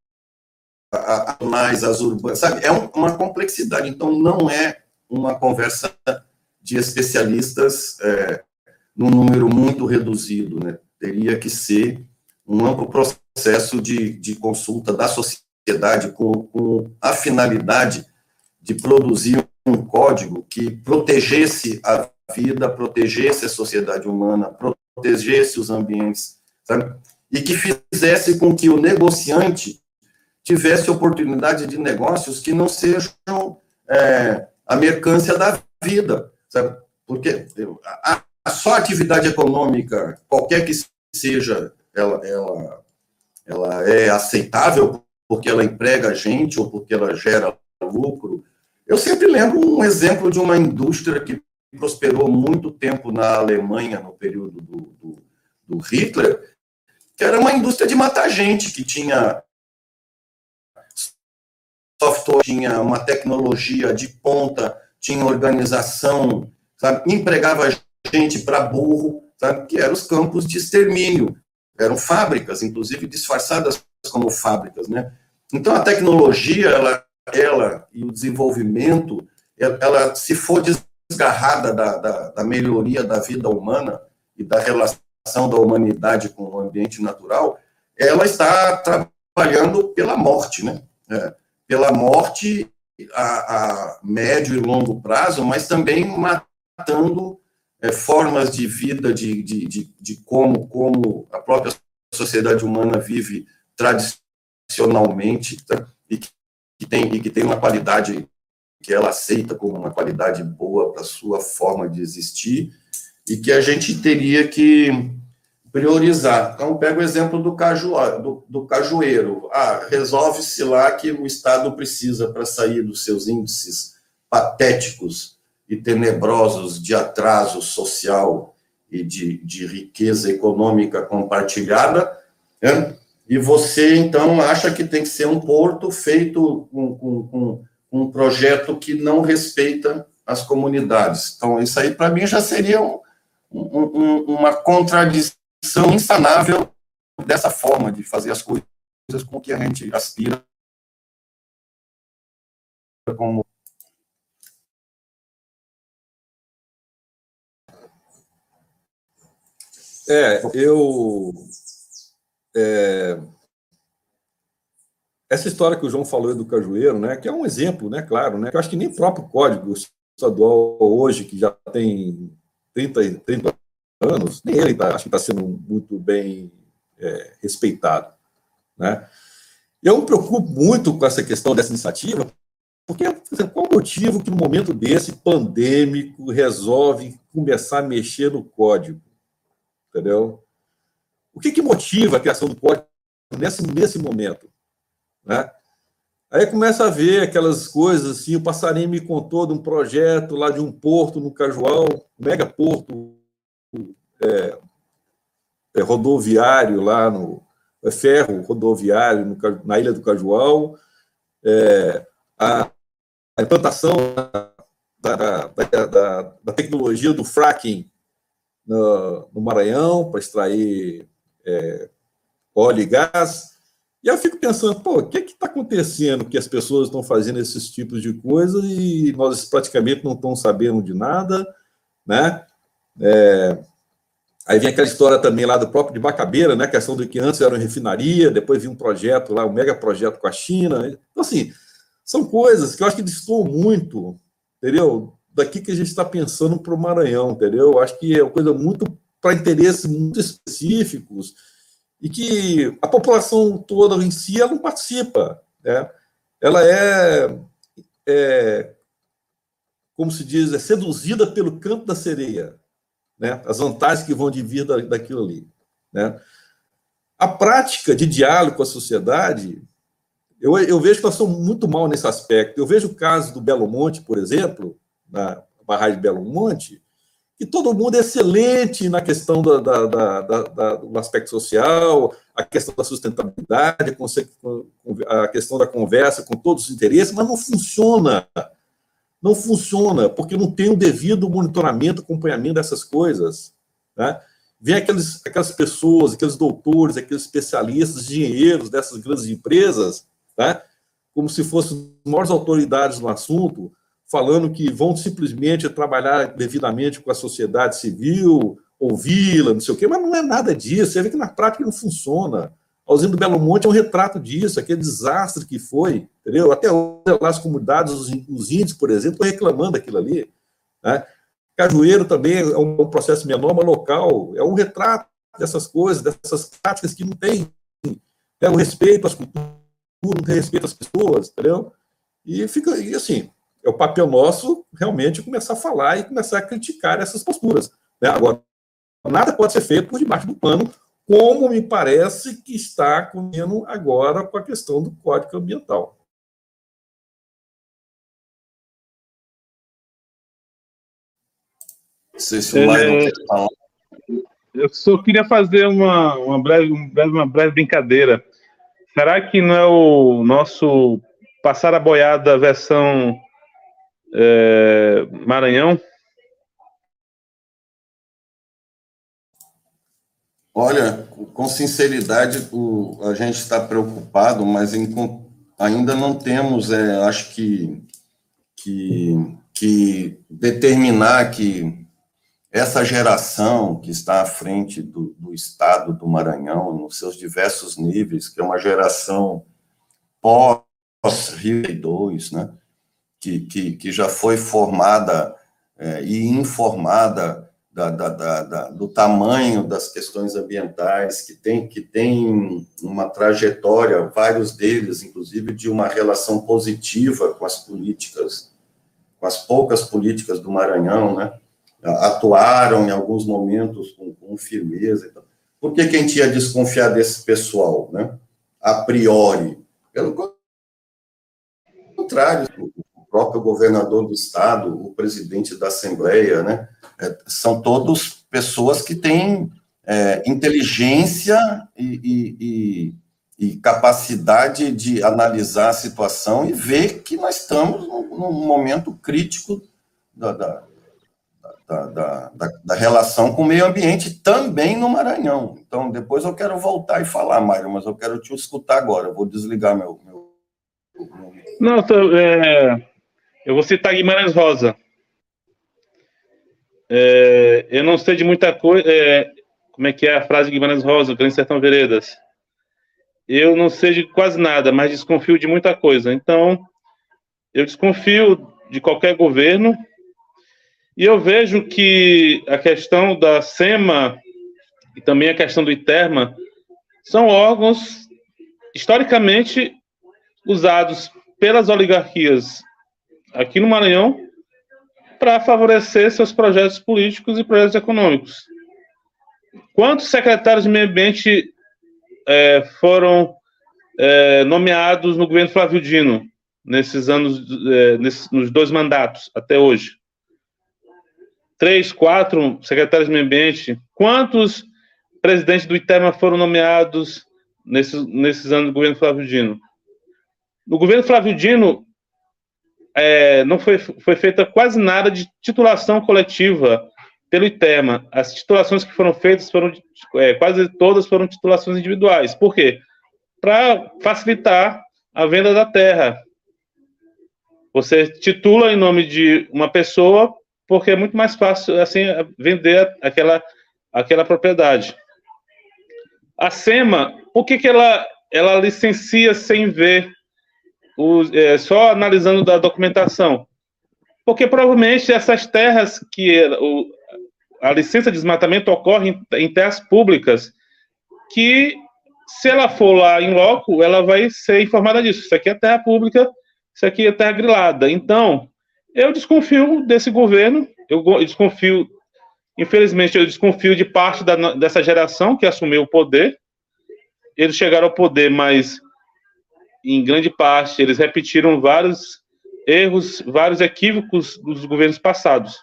S3: as urbanas, sabe? É uma complexidade. Então, não é uma conversa de especialistas num número muito reduzido, né? Teria que ser um amplo processo de consulta da sociedade com a finalidade de produzir um código que protegesse a vida, protegesse a sociedade humana, protegesse os ambientes, sabe? E que fizesse com que o negociante tivesse oportunidade de negócios que não sejam a mercância da vida, sabe? Porque só a atividade econômica, qualquer que seja ela ela é aceitável porque ela emprega gente ou porque ela gera lucro. Eu sempre lembro um exemplo de uma indústria que prosperou muito tempo na Alemanha, no período do Hitler, que era uma indústria de matar gente, que tinha software, tinha uma tecnologia de ponta, tinha organização, sabe? Empregava gente para burro, sabe? Que eram os campos de extermínio. Eram fábricas, inclusive disfarçadas como fábricas, né? Então, a tecnologia, ela e o desenvolvimento, ela se for desgarrada da melhoria da vida humana e da relação da humanidade com o ambiente natural, ela está trabalhando pela morte, né? Pela morte a médio e longo prazo, mas também matando formas de vida, de como a própria sociedade humana vive tradicionalmente, tá? e que tem uma qualidade que ela aceita como uma qualidade boa para a sua forma de existir, e que a gente teria que priorizar. Então, pega o exemplo do cajueiro. Resolve-se lá que o Estado precisa, para sair dos seus índices patéticos e tenebrosos de atraso social e de riqueza econômica compartilhada, né? E você, então, acha que tem que ser um porto feito com um projeto que não respeita as comunidades. Então, isso aí, para mim, já seria uma contradição insanável dessa forma de fazer as coisas com que a gente aspira como...
S1: Essa história que o João falou do cajueiro, né, que é um exemplo, né, claro, né, que eu acho que nem o próprio Código Estadual hoje, que já tem 30 anos, nem ele acho que está sendo muito bem respeitado, né? Eu me preocupo muito com essa questão dessa iniciativa, porque qual o motivo que no momento desse pandêmico resolve começar a mexer no código, entendeu? O que motiva a criação do código nesse momento, né? Aí começa a ver aquelas coisas assim, o Passarinho me contou de um projeto lá de um porto no Cajual, um mega porto rodoviário lá no ferro rodoviário na Ilha do Cajual, a implantação da tecnologia do fracking no Maranhão para extrair óleo e gás. E eu fico pensando, o que está acontecendo que as pessoas estão fazendo esses tipos de coisa e nós praticamente não estamos sabendo de nada, né? Aí vem aquela história também lá do próprio de Macabeira, né? A questão do que antes era uma refinaria, depois vinha um projeto lá, um mega projeto com a China. Então, assim, são coisas que eu acho que destoam muito, entendeu? Daqui que a gente está pensando para o Maranhão, entendeu? Eu acho que é uma coisa muito para interesses muito específicos e que a população toda em si ela não participa, né? Ela como se diz, seduzida pelo canto da sereia, né? As vantagens que vão de vir daquilo ali, né? A prática de diálogo com a sociedade, eu vejo que nós somos muito mal nesse aspecto. Eu vejo o caso do Belo Monte, por exemplo, na barragem de Belo Monte, que todo mundo é excelente na questão do aspecto social, a questão da sustentabilidade, a questão da conversa com todos os interesses, mas não funciona. Não funciona, porque não tem o devido monitoramento, acompanhamento dessas coisas, né? Vem aquelas pessoas, aqueles doutores, aqueles especialistas, engenheiros dessas grandes empresas, tá? Como se fossem as maiores autoridades no assunto, falando que vão simplesmente trabalhar devidamente com a sociedade civil, ouvi-la, não sei o quê, mas não é nada disso. Você vê que na prática não funciona. A usina do Belo Monte é um retrato disso, aquele desastre que foi, entendeu? Até hoje, lá as comunidades, os índios, por exemplo, estão reclamando daquilo ali, né? Cajueiro também é um processo menor, mas local, é um retrato dessas coisas, dessas práticas que não tem o respeito às culturas, não tem respeito às pessoas, entendeu? E assim, é o papel nosso realmente começar a falar e começar a criticar essas posturas, né? Agora, nada pode ser feito por debaixo do pano como me parece que está acontecendo agora com a questão do Código Ambiental.
S3: Não sei se o Maicon quer falar.
S2: Eu só queria fazer uma breve brincadeira. Será que não é o nosso Passar a Boiada versão Maranhão?
S3: Olha, com sinceridade, a gente está preocupado, mas ainda não temos, acho que determinar que essa geração que está à frente do Estado do Maranhão, nos seus diversos níveis, que é uma geração pós-Rio 2, né, que já foi formada e informada do tamanho das questões ambientais, que tem uma trajetória, vários deles, inclusive, de uma relação positiva com as políticas, com as poucas políticas do Maranhão, né? Atuaram em alguns momentos com firmeza. Então, por que a gente ia desconfiar desse pessoal, né? A priori? Pelo contrário, o próprio governador do estado, o presidente da Assembleia, né? São todos pessoas que têm inteligência e capacidade de analisar a situação e ver que nós estamos num momento crítico da relação com o meio ambiente também no Maranhão. Então, depois eu quero voltar e falar, Mário, mas eu quero te escutar agora. Eu vou desligar meu...
S2: Não, eu vou citar Guimarães Rosa. Eu não sei de muita coisa... como é que é a frase de Guimarães Rosa, Grande Sertão Veredas? Eu não sei de quase nada, mas desconfio de muita coisa. Então, eu desconfio de qualquer governo. E eu vejo que a questão da SEMA e também a questão do ITERMA são órgãos historicamente usados pelas oligarquias aqui no Maranhão para favorecer seus projetos políticos e projetos econômicos. Quantos secretários de meio ambiente foram nomeados no governo Flávio Dino nesses anos, nos 2 mandatos até hoje? 3, 4 secretários de meio ambiente. Quantos presidentes do ITERMA foram nomeados nesses anos do governo Flávio Dino? No governo Flávio Dino, não foi feita quase nada de titulação coletiva pelo ITERMA. As titulações que foram feitas quase todas foram titulações individuais. Por quê? Para facilitar a venda da terra. Você titula em nome de uma pessoa porque é muito mais fácil assim vender aquela propriedade. A SEMA, por que ela licencia sem ver, só analisando da documentação? Porque provavelmente essas terras a licença de desmatamento ocorre em terras públicas, que se ela for lá em loco, ela vai ser informada disso. Isso aqui é terra pública, isso aqui é terra grilada. Então, eu desconfio desse governo, eu desconfio, infelizmente, eu desconfio de parte dessa geração que assumiu o poder. Eles chegaram ao poder, mas, em grande parte, eles repetiram vários erros, vários equívocos dos governos passados.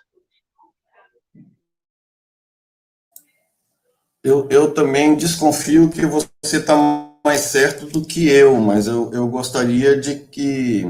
S3: Eu também desconfio que você está mais certo do que eu, mas eu gostaria de que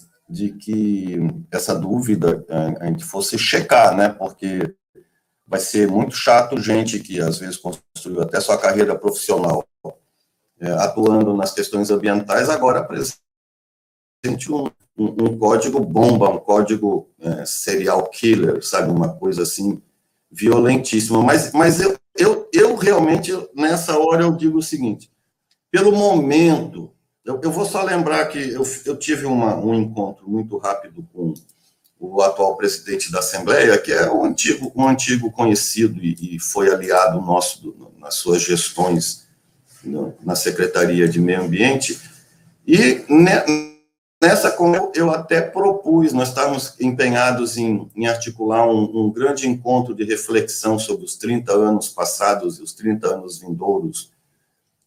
S3: essa dúvida a gente fosse checar, né? Porque vai ser muito chato gente que, às vezes, construiu até sua carreira profissional atuando nas questões ambientais, agora apresente um código bomba, um código serial killer, sabe? Uma coisa assim, violentíssima. Mas eu realmente, nessa hora, eu digo o seguinte, pelo momento... Eu vou só lembrar que eu tive um encontro muito rápido com o atual presidente da Assembleia, que é um antigo conhecido e foi aliado nosso nas suas gestões na Secretaria de Meio Ambiente. E nessa, eu até propus, nós estávamos empenhados em articular um grande encontro de reflexão sobre os 30 anos passados e os 30 anos vindouros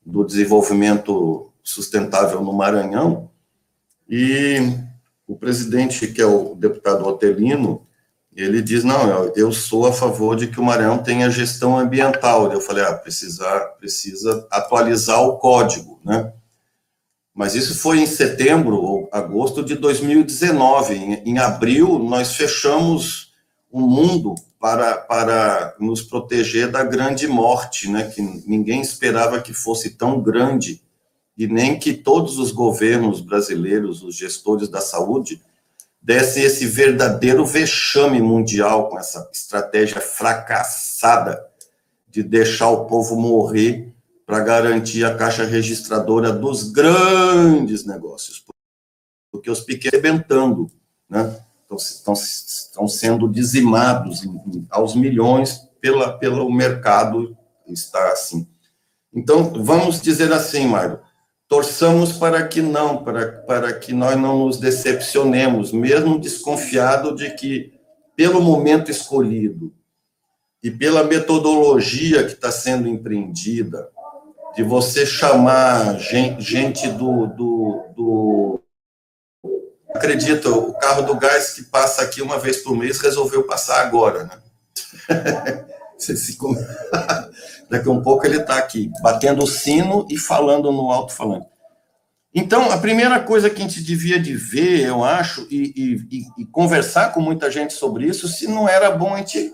S3: do desenvolvimento sustentável no Maranhão, e o presidente, que é o deputado Otelino, ele diz, não, eu sou a favor de que o Maranhão tenha gestão ambiental. Eu falei, precisa atualizar o código, né? Mas isso foi em setembro ou agosto de 2019. Em abril, nós fechamos o mundo para nos proteger da grande morte, né? Que ninguém esperava que fosse tão grande, e nem que todos os governos brasileiros, os gestores da saúde, desse esse verdadeiro vexame mundial com essa estratégia fracassada de deixar o povo morrer para garantir a caixa registradora dos grandes negócios, porque os pequenos arrebentando, né? Estão sendo dizimados aos milhões pelo mercado, está assim. Então, vamos dizer assim, Mário, torçamos para que nós não nos decepcionemos, mesmo desconfiado de que, pelo momento escolhido e pela metodologia que está sendo empreendida, de você chamar gente acredita, o carro do gás que passa aqui uma vez por mês resolveu passar agora, né? Daqui a um pouco ele está aqui, batendo o sino e falando no alto-falante. Então, a primeira coisa que a gente devia de ver, eu acho, e conversar com muita gente sobre isso, se não era bom a gente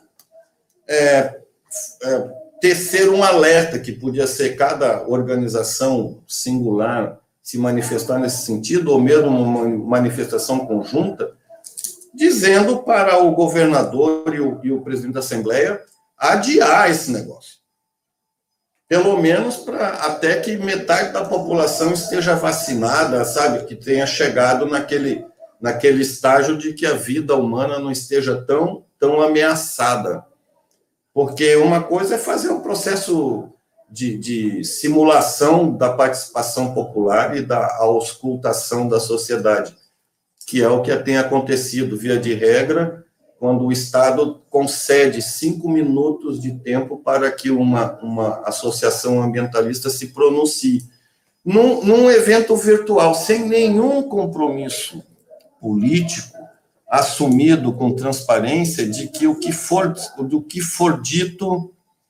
S3: tecer um alerta, que podia ser cada organização singular se manifestar nesse sentido, ou mesmo uma manifestação conjunta, dizendo para o governador e o presidente da Assembleia adiar esse negócio. Pelo menos até que metade da população esteja vacinada, sabe, que tenha chegado naquele estágio de que a vida humana não esteja tão ameaçada. Porque uma coisa é fazer um processo de simulação da participação popular e da auscultação da sociedade, que é o que tem acontecido, via de regra, quando o Estado concede 5 minutos de tempo para que uma associação ambientalista se pronuncie. Num evento virtual, sem nenhum compromisso político, assumido com transparência, de que do que for dito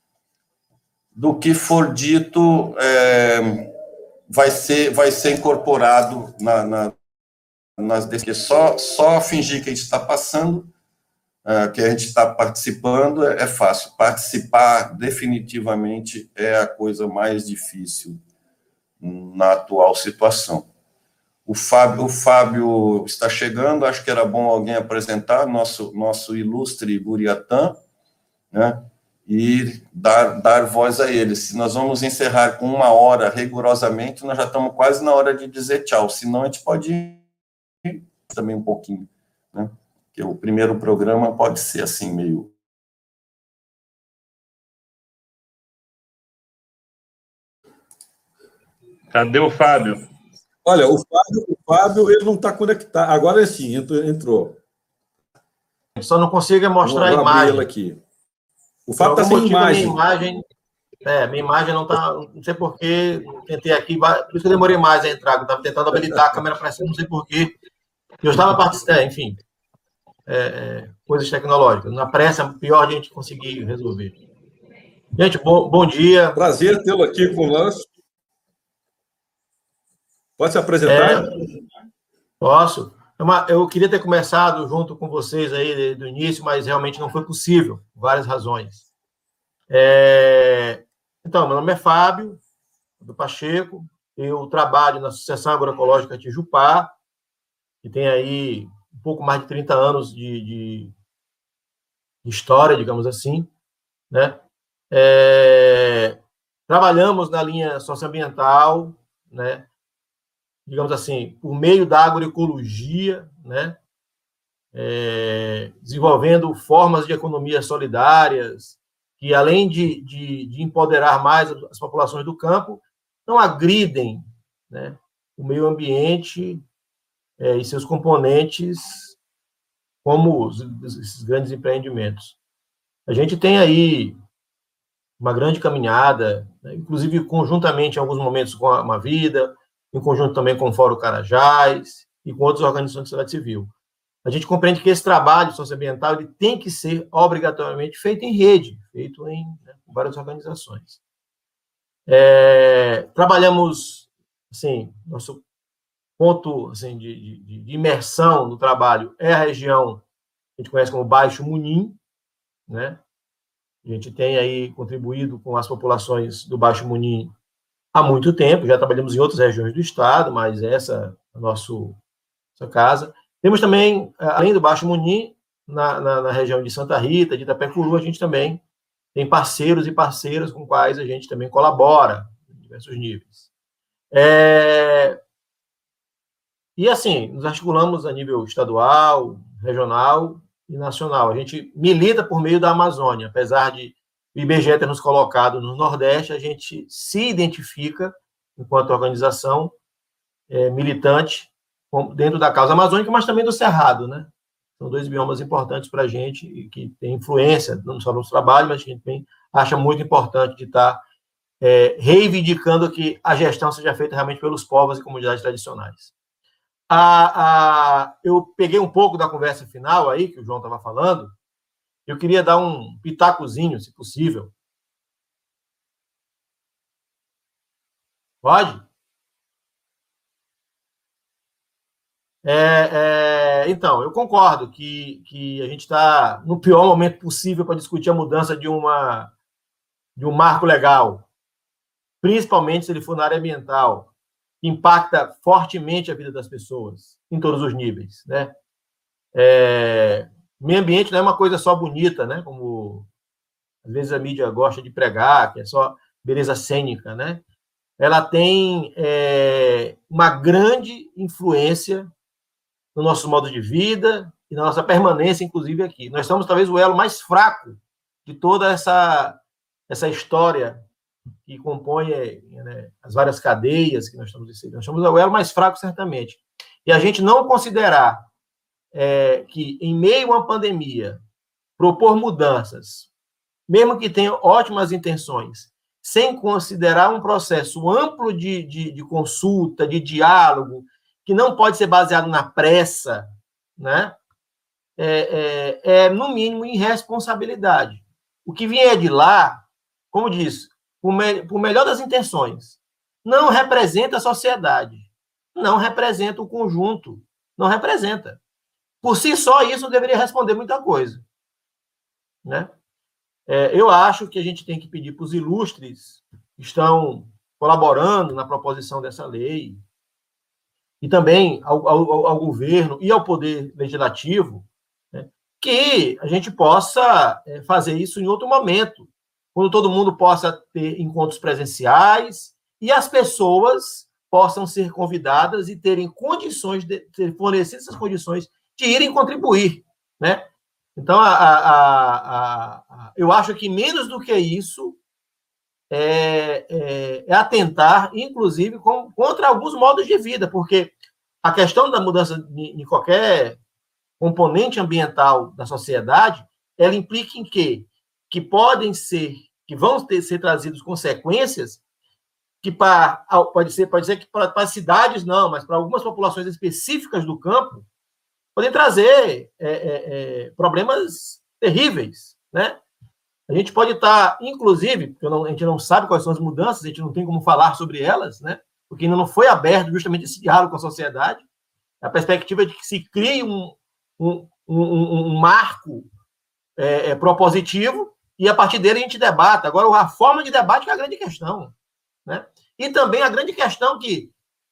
S3: vai ser incorporado nas decisões. Só fingir que a gente está passando, que a gente está participando, é fácil. Participar definitivamente é a coisa mais difícil na atual situação. O Fábio está chegando, acho que era bom alguém apresentar nosso ilustre Buriatã, né, e dar voz a ele. Se nós vamos encerrar com 1 hora rigorosamente, nós já estamos quase na hora de dizer tchau, senão a gente pode ir também um pouquinho, né, porque o primeiro programa pode ser assim, meio...
S2: Cadê o Fábio?
S1: Olha, o Fábio ele não está conectado. Agora sim, entrou.
S4: Só não consigo mostrar a imagem.
S1: Ele aqui. O Fábio está sem imagem.
S4: Minha imagem não está... Não sei porquê, tentei aqui, por isso que eu demorei mais a entrar, eu estava tentando habilitar a câmera para cima, não sei porquê. Eu estava participando, enfim, coisas tecnológicas. Na pressa, pior a gente conseguir resolver. Gente, bom dia.
S1: Prazer tê-lo aqui conosco. Pode se apresentar?
S4: Posso. Eu queria ter começado junto com vocês aí do início, mas realmente não foi possível, por várias razões. Então, meu nome é Fábio, do Pacheco, eu trabalho na Associação Agroecológica Tijupá, que tem aí um pouco mais de 30 anos de história, digamos assim, né? Trabalhamos na linha socioambiental, né? Digamos assim, por meio da agroecologia, né? Desenvolvendo formas de economia solidárias, que, além de empoderar mais as populações do campo, não agridem, né, o meio ambiente e seus componentes, como esses grandes empreendimentos. A gente tem aí uma grande caminhada, né? Inclusive conjuntamente em alguns momentos com a Uma Vida, em conjunto também com o Fórum Carajás e com outras organizações da sociedade civil. A gente compreende que esse trabalho socioambiental ele tem que ser obrigatoriamente feito em rede, feito em, né, várias organizações. Trabalhamos, assim, nosso ponto assim, de imersão no trabalho é a região que a gente conhece como Baixo Munim, né? A gente tem aí contribuído com as populações do Baixo Munim há muito tempo, já trabalhamos em outras regiões do estado, mas essa é a nossa casa. Temos também, além do Baixo Munim, na região de Santa Rita, de Itapecuru, a gente também tem parceiros e parceiras com quais a gente também colabora em diversos níveis. E, assim, nos articulamos a nível estadual, regional e nacional. A gente milita por meio da Amazônia, apesar de o IBGE ter nos colocado no Nordeste, a gente se identifica, enquanto organização militante, dentro da causa amazônica, mas também do Cerrado, né? São dois biomas importantes para a gente e que têm influência, não só no nosso trabalho, mas a gente também acha muito importante de estar reivindicando que a gestão seja feita realmente pelos povos e comunidades tradicionais. Eu peguei um pouco da conversa final aí, que o João estava falando, eu queria dar um pitacozinho, se possível. Pode? Então, eu concordo que a gente está no pior momento possível para discutir a mudança de um marco legal, principalmente se ele for na área ambiental, que impacta fortemente a vida das pessoas, em todos os níveis, né? Meio ambiente não é uma coisa só bonita, né? Como às vezes a mídia gosta de pregar, que é só beleza cênica, né? Ela tem uma grande influência no nosso modo de vida e na nossa permanência, inclusive, aqui. Nós somos, talvez, o elo mais fraco de toda essa história que compõe né, as várias cadeias que nós estamos inseridos. Nós somos o elo mais fraco, certamente. E a gente não considerar que, em meio a uma pandemia, propor mudanças, mesmo que tenha ótimas intenções, sem considerar um processo amplo de consulta, de diálogo, que não pode ser baseado na pressa, né? No mínimo, irresponsabilidade. O que vier de lá, como disse, por melhor das intenções, não representa a sociedade, não representa o conjunto, não representa. Por si só, isso deveria responder muita coisa, né? Eu acho que a gente tem que pedir para os ilustres que estão colaborando na proposição dessa lei, e também ao governo e ao poder legislativo, né, que a gente possa fazer isso em outro momento, quando todo mundo possa ter encontros presenciais e as pessoas possam ser convidadas e terem condições de ter fornecido essas condições de irem contribuir, né? Então, eu acho que menos do que isso atentar, inclusive, contra alguns modos de vida, porque a questão da mudança em qualquer componente ambiental da sociedade, ela implica em quê? Que vão ser trazidas consequências que pode ser que para cidades não, mas para algumas populações específicas do campo, podem trazer problemas terríveis, né? A gente pode estar, inclusive, porque a gente não sabe quais são as mudanças, a gente não tem como falar sobre elas, né? Porque ainda não foi aberto justamente esse diálogo com a sociedade. A perspectiva de que se crie um marco propositivo e, a partir dele, a gente debata. Agora, a forma de debate é a grande questão, né? E também a grande questão que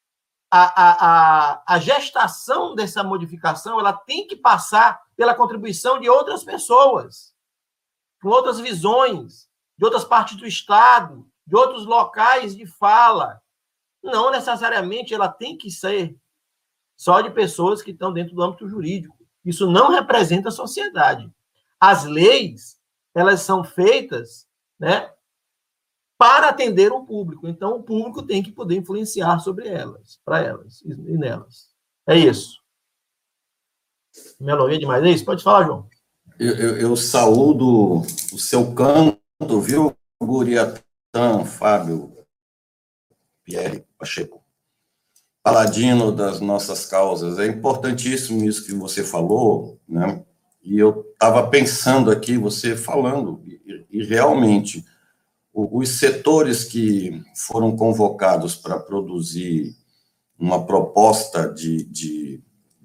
S4: a gestação dessa modificação ela tem que passar pela contribuição de outras pessoas, com outras visões, de outras partes do Estado, de outros locais de fala. Não necessariamente ela tem que ser só de pessoas que estão dentro do âmbito jurídico. Isso não representa a sociedade. As leis, elas são feitas, né, para atender um público. Então, o público tem que poder influenciar sobre elas, para elas e nelas. É isso. Me alonguei demais. É isso? Pode falar, João.
S3: Eu saúdo o seu canto, viu, Guriatã, Fábio, Pierre Pacheco, paladino das nossas causas. É importantíssimo isso que você falou, né? E eu estava pensando aqui, você falando, e realmente, os setores que foram convocados para produzir uma proposta de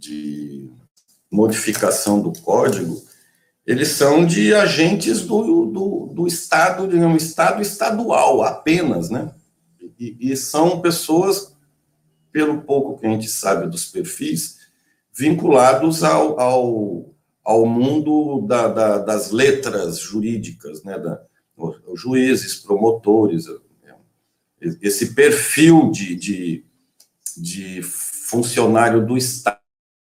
S3: modificação do código, eles são de agentes do Estado, digamos, Estado estadual apenas, né? E são pessoas, pelo pouco que a gente sabe dos perfis, vinculados ao mundo das letras jurídicas, né? Juízes, promotores, esse perfil de funcionário do Estado,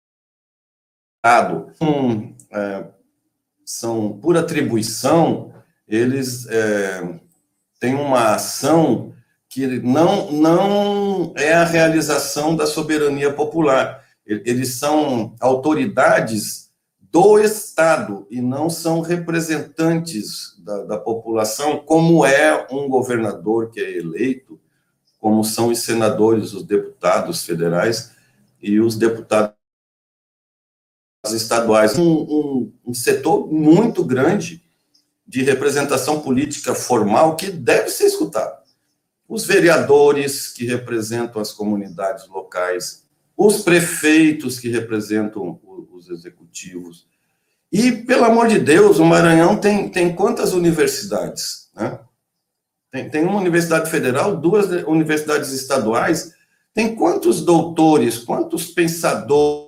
S3: são, por atribuição, eles têm uma ação que não é a realização da soberania popular. Eles são autoridades do Estado e não são representantes da população, como é um governador que é eleito, como são os senadores, os deputados federais e os deputados estaduais. Um setor muito grande de representação política formal que deve ser escutado. Os vereadores que representam as comunidades locais, os prefeitos que representam os executivos. E, pelo amor de Deus, o Maranhão tem quantas universidades, né? Tem uma universidade federal, 2 universidades estaduais, tem quantos doutores, quantos pensadores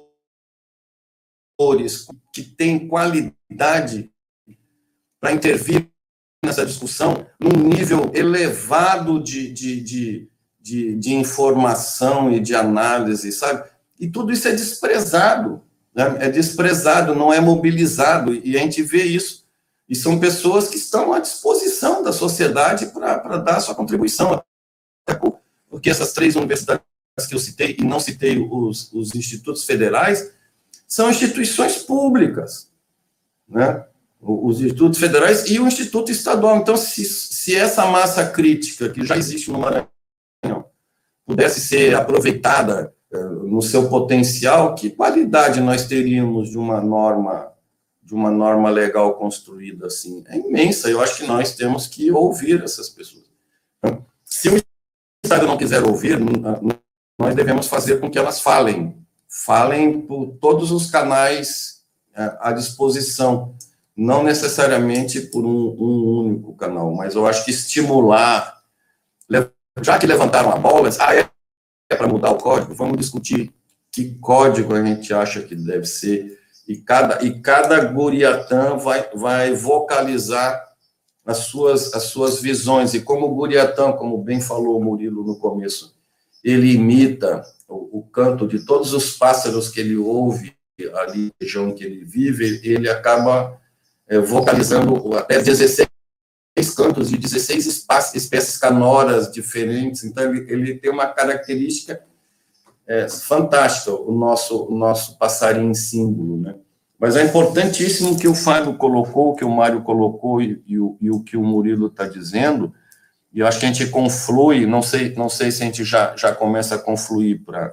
S3: que têm qualidade para intervir nessa discussão num nível elevado de informação e de análise, sabe? E tudo isso é desprezado, né? É desprezado, não é mobilizado, e a gente vê isso. E são pessoas que estão à disposição da sociedade para dar a sua contribuição. Porque essas 3 universidades que eu citei, e não citei os institutos federais, são instituições públicas, né? Os institutos federais e o Instituto Estadual. Então, se essa massa crítica que já existe no Maranhão pudesse ser aproveitada no seu potencial, que qualidade nós teríamos de uma norma legal construída assim? É imensa. Eu acho que nós temos que ouvir essas pessoas. Então, se o Estado não quiser ouvir, nós devemos fazer com que elas falem por todos os canais à disposição, não necessariamente por um único canal, mas eu acho que estimular, já que levantaram a bola, é para mudar o código, vamos discutir que código a gente acha que deve ser, e cada Guriatã vai vocalizar as suas visões, e como o Guriatã, como bem falou o Murilo no começo, ele imita o canto de todos os pássaros que ele ouve ali na região que ele vive, ele acaba vocalizando até 16 cantos de 16 espécies canoras diferentes. Então, ele tem uma característica fantástica, o nosso passarinho símbolo, né? Mas é importantíssimo que o Fábio colocou, que o Mário colocou e o que o Murilo está dizendo, e eu acho que a gente conflui, não sei se a gente já começa a confluir para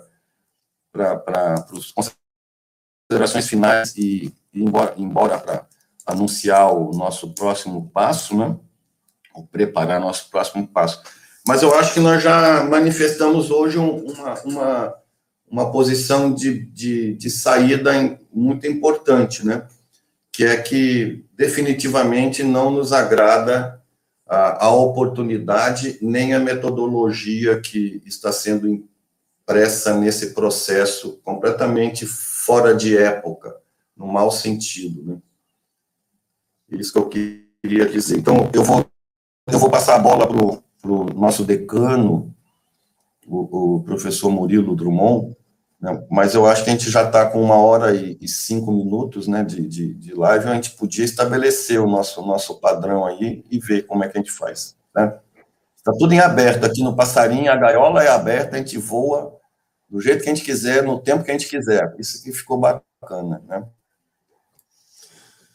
S3: as considerações finais e embora para anunciar o nosso próximo passo, né? Ou preparar nosso próximo passo. Mas eu acho que nós já manifestamos hoje uma posição de saída muito importante, né? Que é que definitivamente não nos agrada a oportunidade nem a metodologia que está sendo impressa nesse processo completamente fora de época, no mau sentido, né? Isso que eu queria dizer. Então, eu vou passar a bola para o nosso decano, o professor Murilo Drummond, né? Mas eu acho que a gente já está com 1h05, né, de live, a gente podia estabelecer o nosso padrão aí e ver como é que a gente faz, né? Está tudo em aberto aqui no Passarinho, a gaiola é aberta, a gente voa do jeito que a gente quiser, no tempo que a gente quiser. Isso aqui ficou bacana, né?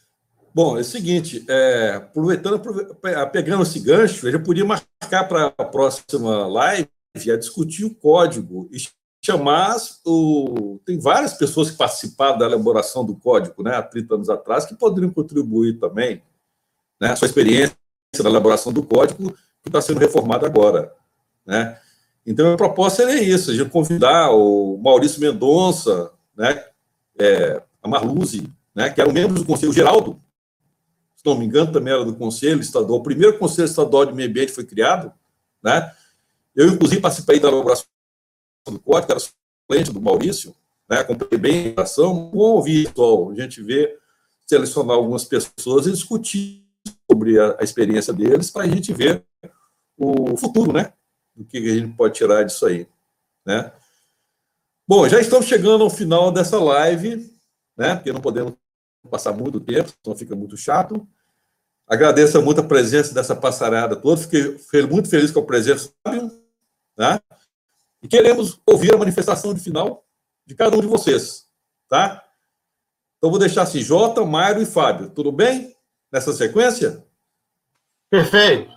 S1: Bom, é o seguinte, pegando esse gancho, eu já podia marcar para a próxima live a discutir o código e chamar tem várias pessoas que participaram da elaboração do código, né, há 30 anos atrás, que poderiam contribuir também, né, a sua experiência na elaboração do código que está sendo reformado agora, né. Então, a proposta seria isso, a gente convidar o Maurício Mendonça, né, a Marluzi, né, que eram membros do Conselho Geraldo, se não me engano, também era do Conselho Estadual, o primeiro Conselho Estadual de Meio Ambiente foi criado, né. Eu, inclusive, participei da elaboração do código, era suplente do Maurício, né, acompanhei bem a elaboração, vou ouvir, pessoal, a gente vê, selecionar algumas pessoas e discutir sobre a experiência deles para a gente ver o futuro, né, do que a gente pode tirar disso aí, né. Bom, já estamos chegando ao final dessa live, né, porque não podemos passar muito tempo, senão fica muito chato. Agradeço muito a presença dessa passarada toda, fiquei muito feliz com a presença do Fábio, né? E queremos ouvir a manifestação de final de cada um de vocês, tá? Então, vou deixar assim, Jota, Mário e Fábio. Tudo bem? Nessa sequência?
S4: Perfeito.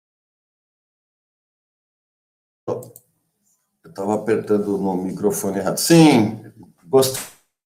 S3: Eu estava apertando no microfone errado. Sim, gostei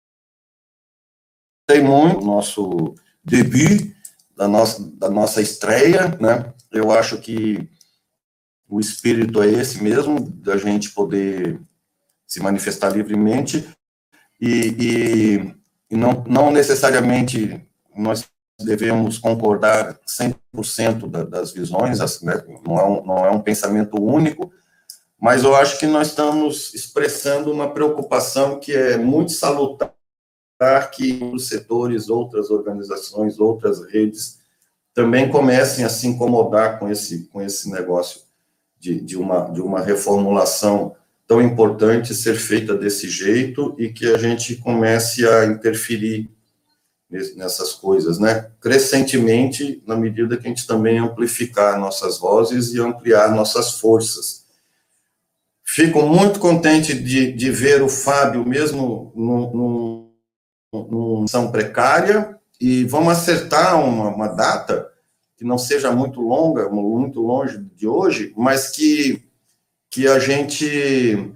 S3: muito do nosso debut, da nossa estreia, né? Eu acho que o espírito é esse mesmo, da gente poder se manifestar livremente e não necessariamente nós devemos concordar 100% das visões, né? Não é um pensamento único, mas eu acho que nós estamos expressando uma preocupação que é muito salutar, que os setores, outras organizações, outras redes também comecem a se incomodar com esse negócio de uma reformulação tão importante ser feita desse jeito e que a gente comece a interferir nessas coisas, né? Crescentemente, na medida que a gente também amplificar nossas vozes e ampliar nossas forças. Fico muito contente de ver o Fábio mesmo numa situação precária, e vamos acertar uma data que não seja muito longa, muito longe de hoje, mas que a gente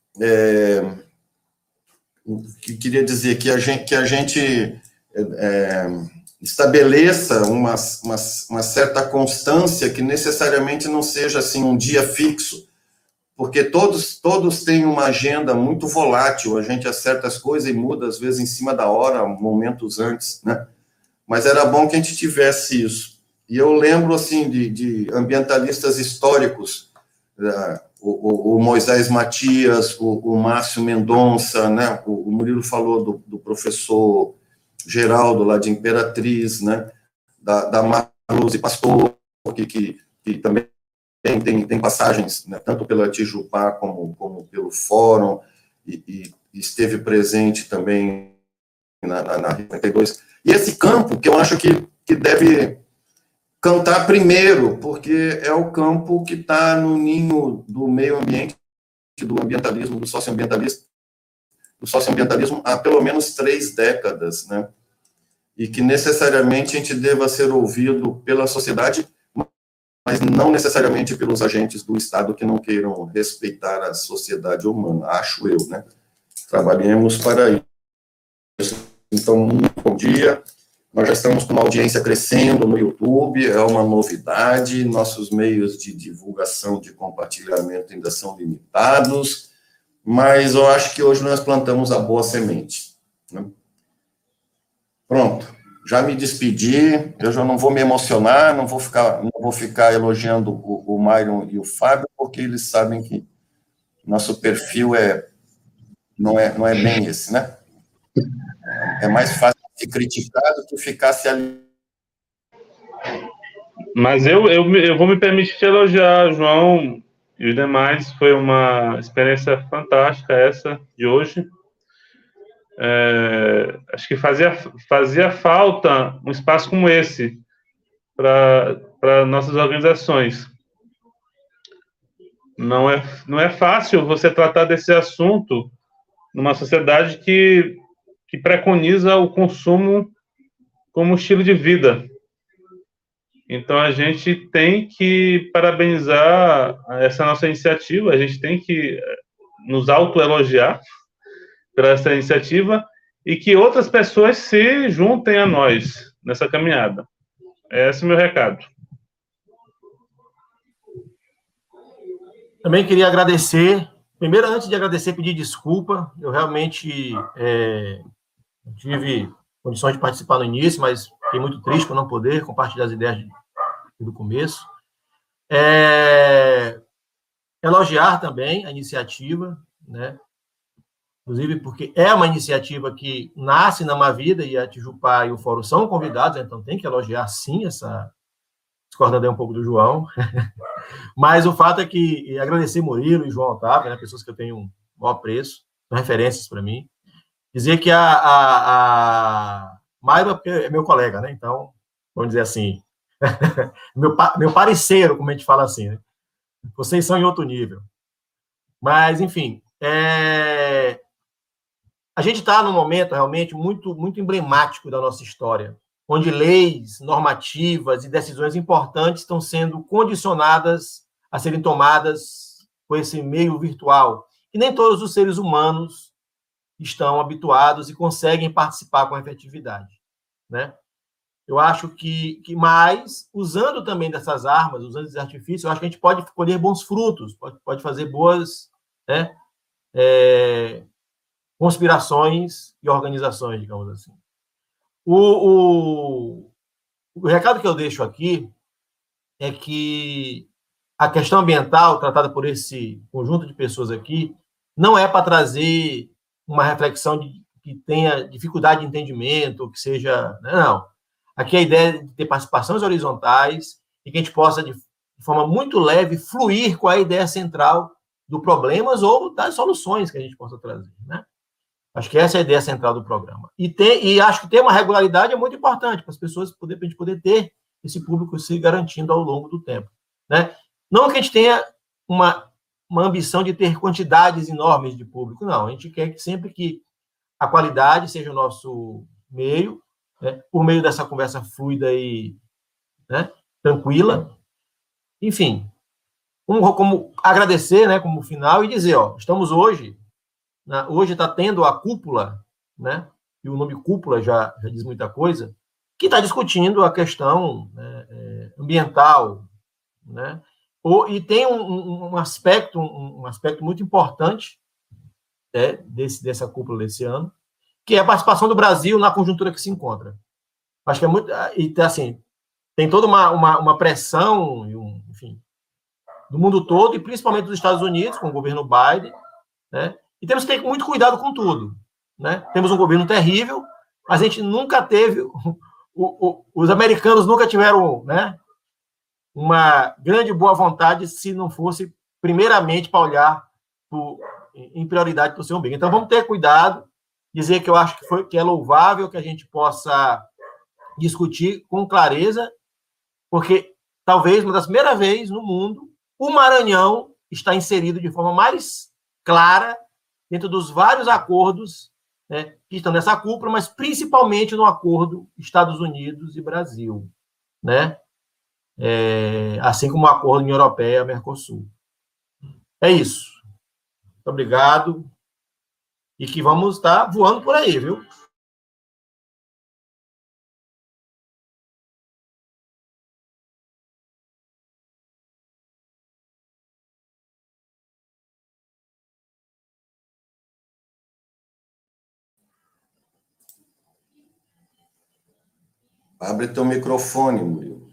S3: que queria dizer que a gente estabeleça uma certa constância, que necessariamente não seja assim um dia fixo, porque todos têm uma agenda muito volátil, a gente acerta as coisas e muda, às vezes, em cima da hora, momentos antes, né? Mas era bom que a gente tivesse isso. E eu lembro, assim, de ambientalistas históricos, o Moisés Matias, o Márcio Mendonça, né? O Murilo falou do professor Geraldo, lá de Imperatriz, né? Da Marluzi Pastor, que também tem passagens, né, tanto pela Tijupá como pelo Fórum, e esteve presente também na 92. E esse campo, que eu acho que deve cantar primeiro, porque é o campo que está no ninho do meio ambiente, do ambientalismo, do socioambientalismo há pelo menos 3 décadas, né? E que necessariamente a gente deva ser ouvido pela sociedade, mas não necessariamente pelos agentes do Estado que não queiram respeitar a sociedade humana, acho eu, né? Trabalhemos para isso. Então, muito bom dia. Nós já estamos com uma audiência crescendo no YouTube, é uma novidade, nossos meios de divulgação, de compartilhamento ainda são limitados, mas eu acho que hoje nós plantamos a boa semente, né? Pronto. Já me despedi, eu já não vou me emocionar, não vou ficar elogiando o Myron e o Fábio, porque eles sabem que nosso perfil não é bem esse, né? É mais fácil ser criticado do que ficar se ali.
S2: Mas eu vou me permitir te elogiar, João e os demais. Foi uma experiência fantástica essa de hoje. Acho que fazia falta um espaço como esse para nossas organizações. Não é fácil você tratar desse assunto numa sociedade que preconiza o consumo como estilo de vida. Então, a gente tem que parabenizar essa nossa iniciativa, a gente tem que nos autoelogiar por essa iniciativa e que outras pessoas se juntem a nós nessa caminhada. Esse é o meu recado.
S4: Também queria agradecer, primeiro, antes de agradecer, pedir desculpa, eu realmente tive condições de participar no início, mas fiquei muito triste por não poder compartilhar as ideias do começo. Elogiar também a iniciativa, né? Inclusive porque é uma iniciativa que nasce na Mavida, e a Tijupá e o Fórum são convidados, então tem que elogiar, sim, discordando um pouco do João. Mas o fato é que agradecer Murilo e João Otávio, né, pessoas que eu tenho um bom apreço, são referências para mim. Dizer que a Maiva é meu colega, né? Então, vamos dizer assim, meu parceiro, como a gente fala assim, né? Vocês são em outro nível. Mas, enfim, a gente está num momento realmente muito, muito emblemático da nossa história, onde leis, normativas e decisões importantes estão sendo condicionadas a serem tomadas por esse meio virtual. E nem todos os seres humanos estão habituados e conseguem participar com efetividade, né? Eu acho que mais, usando também dessas armas, usando esses artifícios, eu acho que a gente pode colher bons frutos, pode fazer boas, né, conspirações e organizações, digamos assim. O recado que eu deixo aqui é que a questão ambiental, tratada por esse conjunto de pessoas aqui, não é para trazer uma reflexão que tenha dificuldade de entendimento, que seja... Não. Aqui a ideia é de ter participações horizontais e que a gente possa, de forma muito leve, fluir com a ideia central do problemas ou das soluções que a gente possa trazer, né? Acho que essa é a ideia central do programa. E acho que ter uma regularidade é muito importante para as pessoas, para a gente poder ter esse público se garantindo ao longo do tempo, né? Não que a gente tenha uma ambição de ter quantidades enormes de público, não. A gente quer que sempre que a qualidade seja o nosso meio, né, por meio dessa conversa fluida e, né, tranquila. Enfim, como agradecer, né, como final, e dizer, estamos hoje está tendo a cúpula, né, e o nome cúpula já diz muita coisa, que está discutindo a questão, né, ambiental, né, e tem um aspecto muito importante, né, dessa cúpula desse ano, que é a participação do Brasil na conjuntura que se encontra. Acho que é muito... E, assim, tem toda uma pressão, enfim, do mundo todo, e principalmente dos Estados Unidos, com o governo Biden, né? E temos que ter muito cuidado com tudo, né? Temos um governo terrível, a gente nunca teve... Os americanos nunca tiveram, né, uma grande boa vontade se não fosse, primeiramente, para olhar em prioridade para o seu umbigo. Então, vamos ter cuidado, dizer que eu acho que é louvável que a gente possa discutir com clareza, porque talvez uma das primeiras vezes no mundo o Maranhão está inserido de forma mais clara dentro dos vários acordos, né, que estão nessa cúpula, mas principalmente no acordo Estados Unidos e Brasil, né? Assim como o acordo União Europeia-Mercosul. É isso. Muito obrigado. E que vamos estar voando por aí, viu?
S3: Abre teu microfone, Murilo.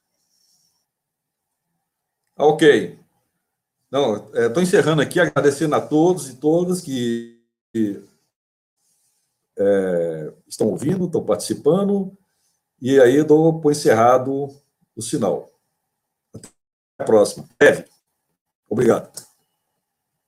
S1: Ok. Não, estou encerrando aqui, agradecendo a todos e todas que estão ouvindo, estão participando, e aí dou por encerrado o sinal. Até a próxima. Obrigado.